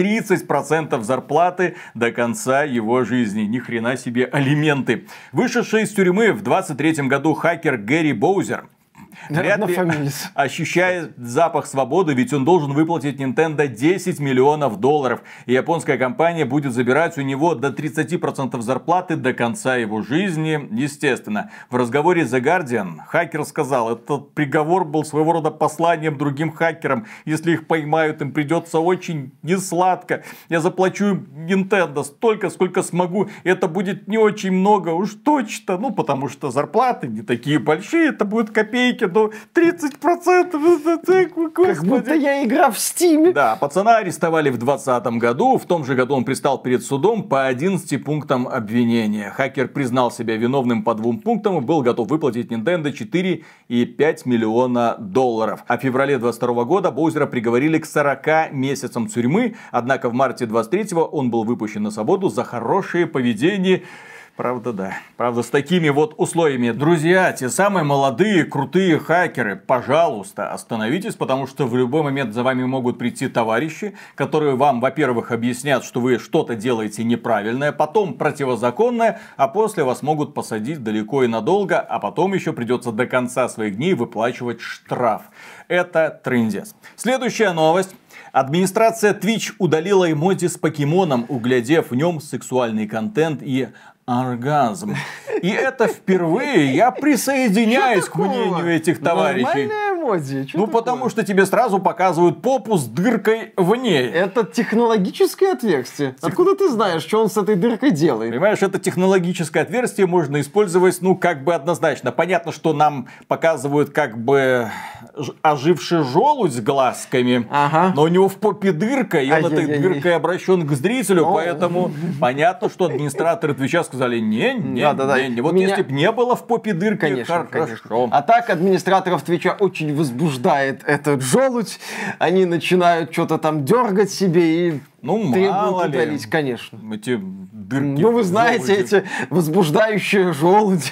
30% зарплаты до конца его жизни. Ни хрена себе алименты. Вышедший из тюрьмы в 23 году хакер Гэри Боузер вряд ли ощущает запах свободы, ведь он должен выплатить Nintendo 10 миллионов долларов. И японская компания будет забирать у него до 30% зарплаты до конца его жизни. Естественно, в разговоре с The Guardian хакер сказал, этот приговор был своего рода посланием другим хакерам. Если их поймают, им придется очень несладко. Я заплачу Nintendo столько, сколько смогу. Это будет не очень много, уж точно. Потому что зарплаты не такие большие, это будут копейки. 30%. Как будто я играл в Стиме. Да, пацана арестовали в 2020 году. В том же году он предстал перед судом по 11 пунктам обвинения. Хакер признал себя виновным по 2 пунктам и был готов выплатить Nintendo 4,5 миллиона долларов. А в феврале 2022 года Боузера приговорили к 40 месяцам тюрьмы. Однако в марте 2023 он был выпущен на свободу за хорошее поведение. Правда, да. Правда, с такими вот условиями. Друзья, те самые молодые, крутые хакеры, пожалуйста, остановитесь, потому что в любой момент за вами могут прийти товарищи, которые вам, во-первых, объяснят, что вы что-то делаете неправильное, потом противозаконное, а после вас могут посадить далеко и надолго, а потом еще придется до конца своих дней выплачивать штраф. Это трындец. Следующая новость. Администрация Twitch удалила эмодзи с покемоном, углядев в нем сексуальный контент и оргазм. И это впервые я присоединяюсь к мнению этих товарищей. Нормальные эмодзи. Потому что тебе сразу показывают попу с дыркой в ней. Это технологическое отверстие. Откуда ты знаешь, что он с этой дыркой делает? Понимаешь, это технологическое отверстие можно использовать, однозначно. Понятно, что нам показывают оживший желудь с глазками, но у него в попе дырка, и он этой дыркой обращен к зрителю, поэтому понятно, что администраторы Твича сказали, не. Вот если бы не было в попе дырки, конечно. А так администраторов Твича очень возбуждает этот желудь. Они начинают что-то там дергать себе и требуют удалить, конечно. Эти дырки. Вы знаете, эти возбуждающие желуди.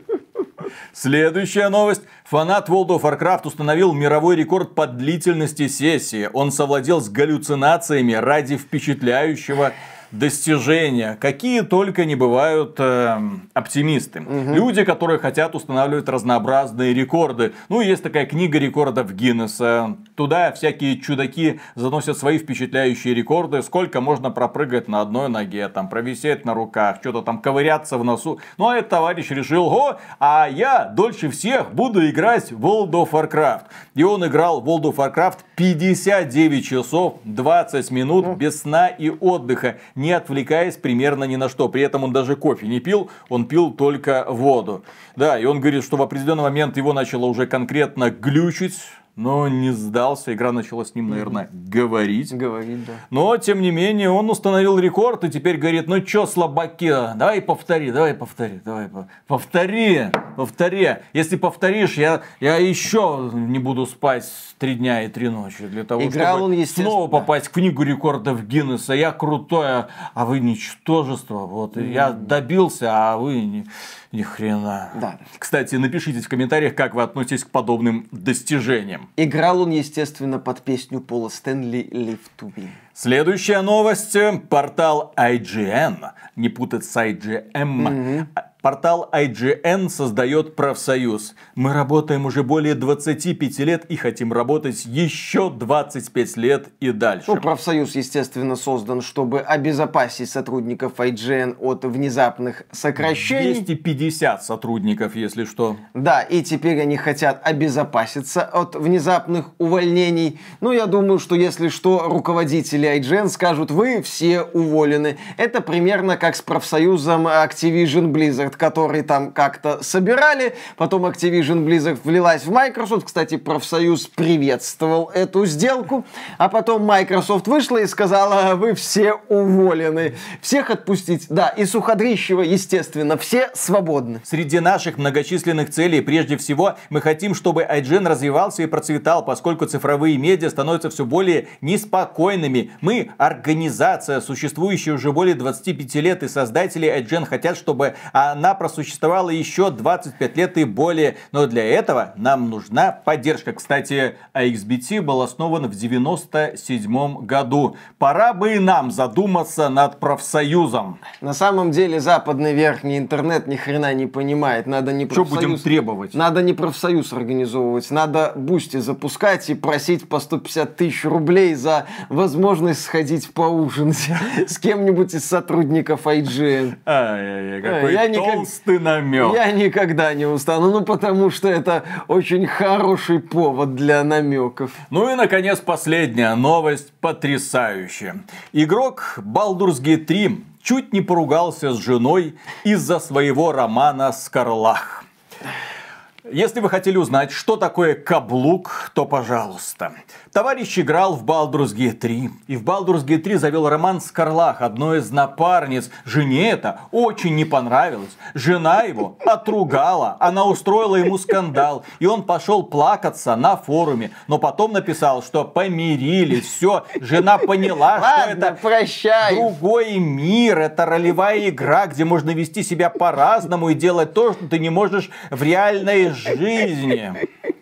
Следующая новость. Фанат World of Warcraft установил мировой рекорд по длительности сессии. Он совладел с галлюцинациями ради впечатляющего достижения. Какие только не бывают оптимисты. Люди, которые хотят устанавливать разнообразные рекорды. Есть такая книга рекордов Гиннесса. Туда всякие чудаки заносят свои впечатляющие рекорды. Сколько можно пропрыгать на одной ноге, провисеть на руках, что-то ковыряться в носу. А этот товарищ решил, а я дольше всех буду играть в World of Warcraft. И он играл в World of Warcraft 59 часов 20 минут без сна и отдыха, не отвлекаясь примерно ни на что. При этом он даже кофе не пил, он пил только воду. Да, и он говорит, что в определенный момент его начало уже конкретно глючить. Но не сдался, игра начала с ним, наверное, говорить. Говорить, да. Но, тем не менее, он установил рекорд и теперь говорит, ну чё, слабаки, давай повтори. Если повторишь, я еще не буду спать 3 дня и 3 ночи. Для того, Играл чтобы он, снова попасть в книгу рекордов Гиннесса. Я крутое, а вы ничтожество. Вот, я добился, а вы ни хрена. Да. Кстати, напишите в комментариях, как вы относитесь к подобным достижениям. Играл он, естественно, под песню Пола Стэнли «Live to Win». Следующая новость. Портал IGN. Не путать с IGM. Портал IGN создает профсоюз. Мы работаем уже более 25 лет и хотим работать еще 25 лет и дальше. Ну, профсоюз, естественно, создан, чтобы обезопасить сотрудников IGN от внезапных сокращений. 250 сотрудников, если что. Да, и теперь они хотят обезопаситься от внезапных увольнений. Ну, я думаю, что если что, руководители IGN скажут, вы все уволены. Это примерно как с профсоюзом Activision Blizzard, который там как-то собирали, потом Activision Blizzard влилась в Microsoft, кстати, профсоюз приветствовал эту сделку, а потом Microsoft вышла и сказала, вы все уволены, всех отпустить, да, и Суходрищева, естественно, все свободны. Среди наших многочисленных целей, прежде всего, мы хотим, чтобы IGN развивался и процветал, поскольку цифровые медиа становятся все более неспокойными. Мы организация, существующая уже более 25 лет, и создатели IGN хотят, чтобы она просуществовала еще 25 лет и более. Но для этого нам нужна поддержка. Кстати, AXBT был основан в 1997 году. Пора бы и нам задуматься над профсоюзом. На самом деле западный верхний интернет ни хрена не понимает. Надо не профсоюз. Что будем требовать? Надо не профсоюз организовывать. Надо Бусти запускать и просить по 150 тысяч рублей за возможность сходить поужинать с кем-нибудь из сотрудников IGN. Какой толстый намек. Я никогда не устану, ну потому что это очень хороший повод для намеков. Ну и, наконец, последняя новость, потрясающая. Игрок Baldur's Gate 3 чуть не поругался с женой из-за своего романа «Скарлах». Если вы хотели узнать, что такое каблук, то пожалуйста. Товарищ играл в Baldur's Gate 3. И в Baldur's Gate 3 завел роман с Скарлах, одной из напарниц. Жене это очень не понравилось. Жена его отругала. Она устроила ему скандал. И он пошел плакаться на форуме. Но потом написал, что помирились. Все, жена поняла, что это другой мир. Это ролевая игра, где можно вести себя по-разному и делать то, что ты не можешь в реальной жизни.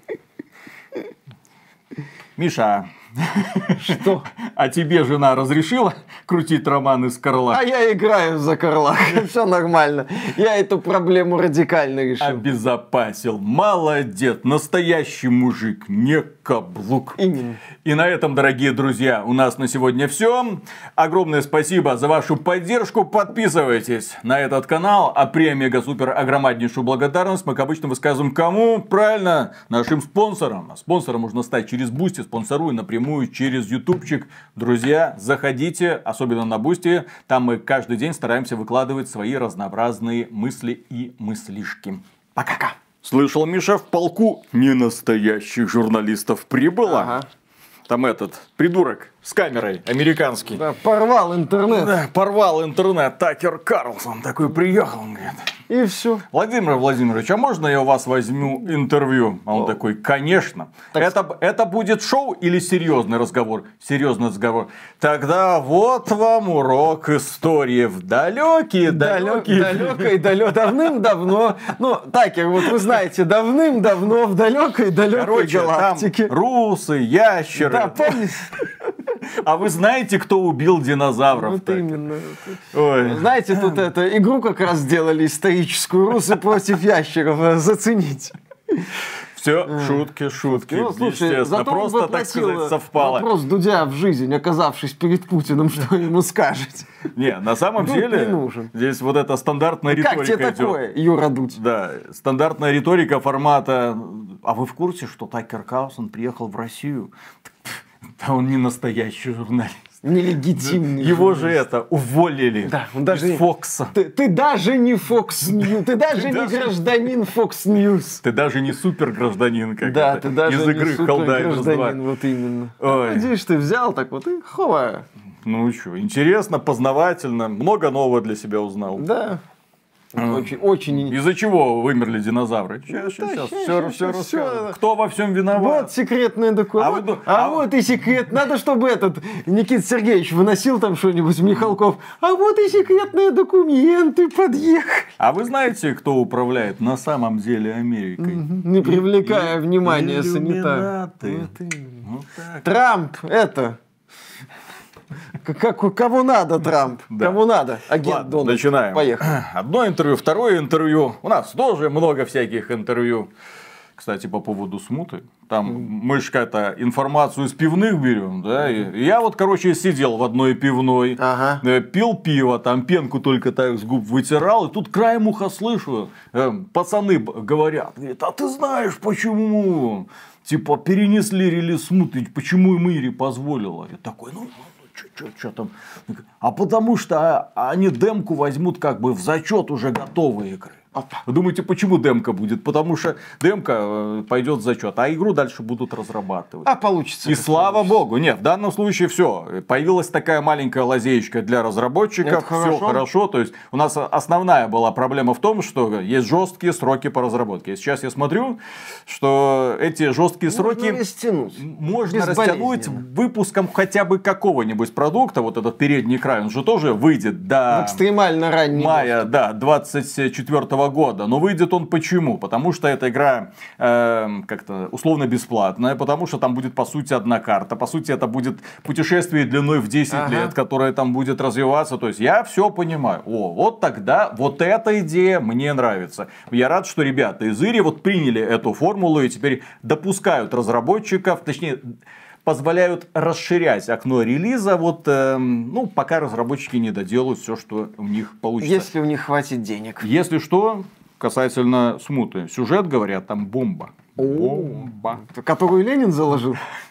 Миша, что? А тебе жена разрешила крутить романы с Скарлах? А я играю за Скарлах, все нормально. Я эту проблему радикально решил. Обезопасил. Молодец, настоящий мужик, не каблук. Именно. И на этом, дорогие друзья, у нас на сегодня все. Огромное спасибо за вашу поддержку. Подписывайтесь на этот канал. А мега-супер огромнейшую благодарность мы, как обычно, высказываем кому? Правильно, нашим спонсорам. Спонсором можно стать через Бусти, спонсоруя напрямую через ютубчик. Друзья, заходите, особенно на Бусти. Там мы каждый день стараемся выкладывать свои разнообразные мысли и мыслишки. Пока-пока. Слышал, Миша, в полку ненастоящих журналистов прибыло. Ага. Там этот придурок с камерой американский. Да, порвал интернет. Да, порвал интернет. Такер Карлсон такой приехал, он говорит. И все. Владимир Владимирович, а можно я у вас возьму интервью? А он такой, конечно. Это будет шоу или серьезный разговор? Серьезный разговор. Тогда вот вам урок истории в далекие. Давным-давно. Ну, Такер, вот вы знаете, давным-давно в далекой галактике. Там русы, ящеры. Да, помните? А вы знаете, кто убил динозавров? Вот так? именно. Ой. Знаете, тут игру как раз сделали историческую, русы против ящеров, зацените. Все, шутки. Ну, слушай, естественно, просто, так сказать, совпало. Вопрос Дудя в жизнь, оказавшись перед Путиным, что ему скажете? Не, на самом деле, здесь вот эта стандартная риторика как тебе идет. такое, Юра Дудь? Да, стандартная риторика формата. А вы в курсе, что Такер Карлсон приехал в Россию? Да он не настоящий журналист. Нелегитимный. Его же уволили. Да, он даже из Фокса. Ты даже не Fox News, ты даже не гражданин Fox News. Ты даже не супергражданин, как да, это. ты даже из не игры супергражданин, вот именно. Надеюсь, ты взял так вот и хова. Ну что, интересно, познавательно, много нового для себя узнал. Да. Очень. Из-за чего вымерли динозавры? Сейчас, все расскажу. Кто во всем виноват? Вот секретный документ. Вот и секрет. Надо, чтобы Никита Сергеевич выносил там что-нибудь, Михалков. А вот и секретные документы подъехали. А вы знаете, кто управляет на самом деле Америкой? Не привлекая внимания санитаров. Трамп, кого надо, Трамп? Да. Кому надо? Агент Дональд. Начинаем. Поехали. Одно интервью, второе интервью. У нас тоже много всяких интервью. Кстати, по поводу смуты. Там мы же какая-то информацию из пивных берем, да. И я сидел в одной пивной, пил пиво, там пенку только так с губ вытирал, и тут краем уха слышу, пацаны говорят, а ты знаешь почему? Типа перенесли релиз смуты, почему им Ири позволила? Я такой, что там? А потому что они демку возьмут в зачет уже готовой игры. Вы думаете, почему демка будет? Потому что демка пойдет в зачет, а игру дальше будут разрабатывать. А получится. И слава богу. Нет, в данном случае все. Появилась такая маленькая лазеечка для разработчиков. Все хорошо. То есть у нас основная была проблема в том, что есть жесткие сроки по разработке. И сейчас я смотрю, что эти жесткие сроки можно растянуть выпуском хотя бы какого-нибудь продукта. Вот этот передний край, он же тоже выйдет до экстремально ранний мая 24 года. Но выйдет он почему? Потому что эта игра как-то условно бесплатная, потому что там будет по сути одна карта. По сути это будет путешествие длиной в 10 лет, которое там будет развиваться. То есть я все понимаю. Вот тогда вот эта идея мне нравится. Я рад, что ребята из Ири приняли эту формулу и теперь допускают разработчиков, точнее позволяют расширять окно релиза, пока разработчики не доделают все, что у них получится. Если у них хватит денег. Если что, касательно смуты. Сюжет, говорят, там бомба. Бомба. Которую Ленин заложил?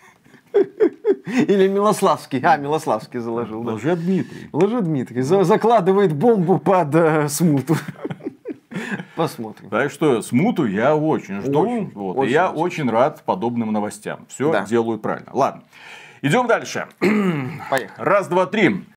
Или Милославский? Милославский заложил. Лжедмитрий. Закладывает бомбу под смуту. Посмотрим. Так что смуту я очень жду. Я очень рад подобным новостям. Все делаю правильно. Ладно. Идем дальше. Поехали. Раз, два, три.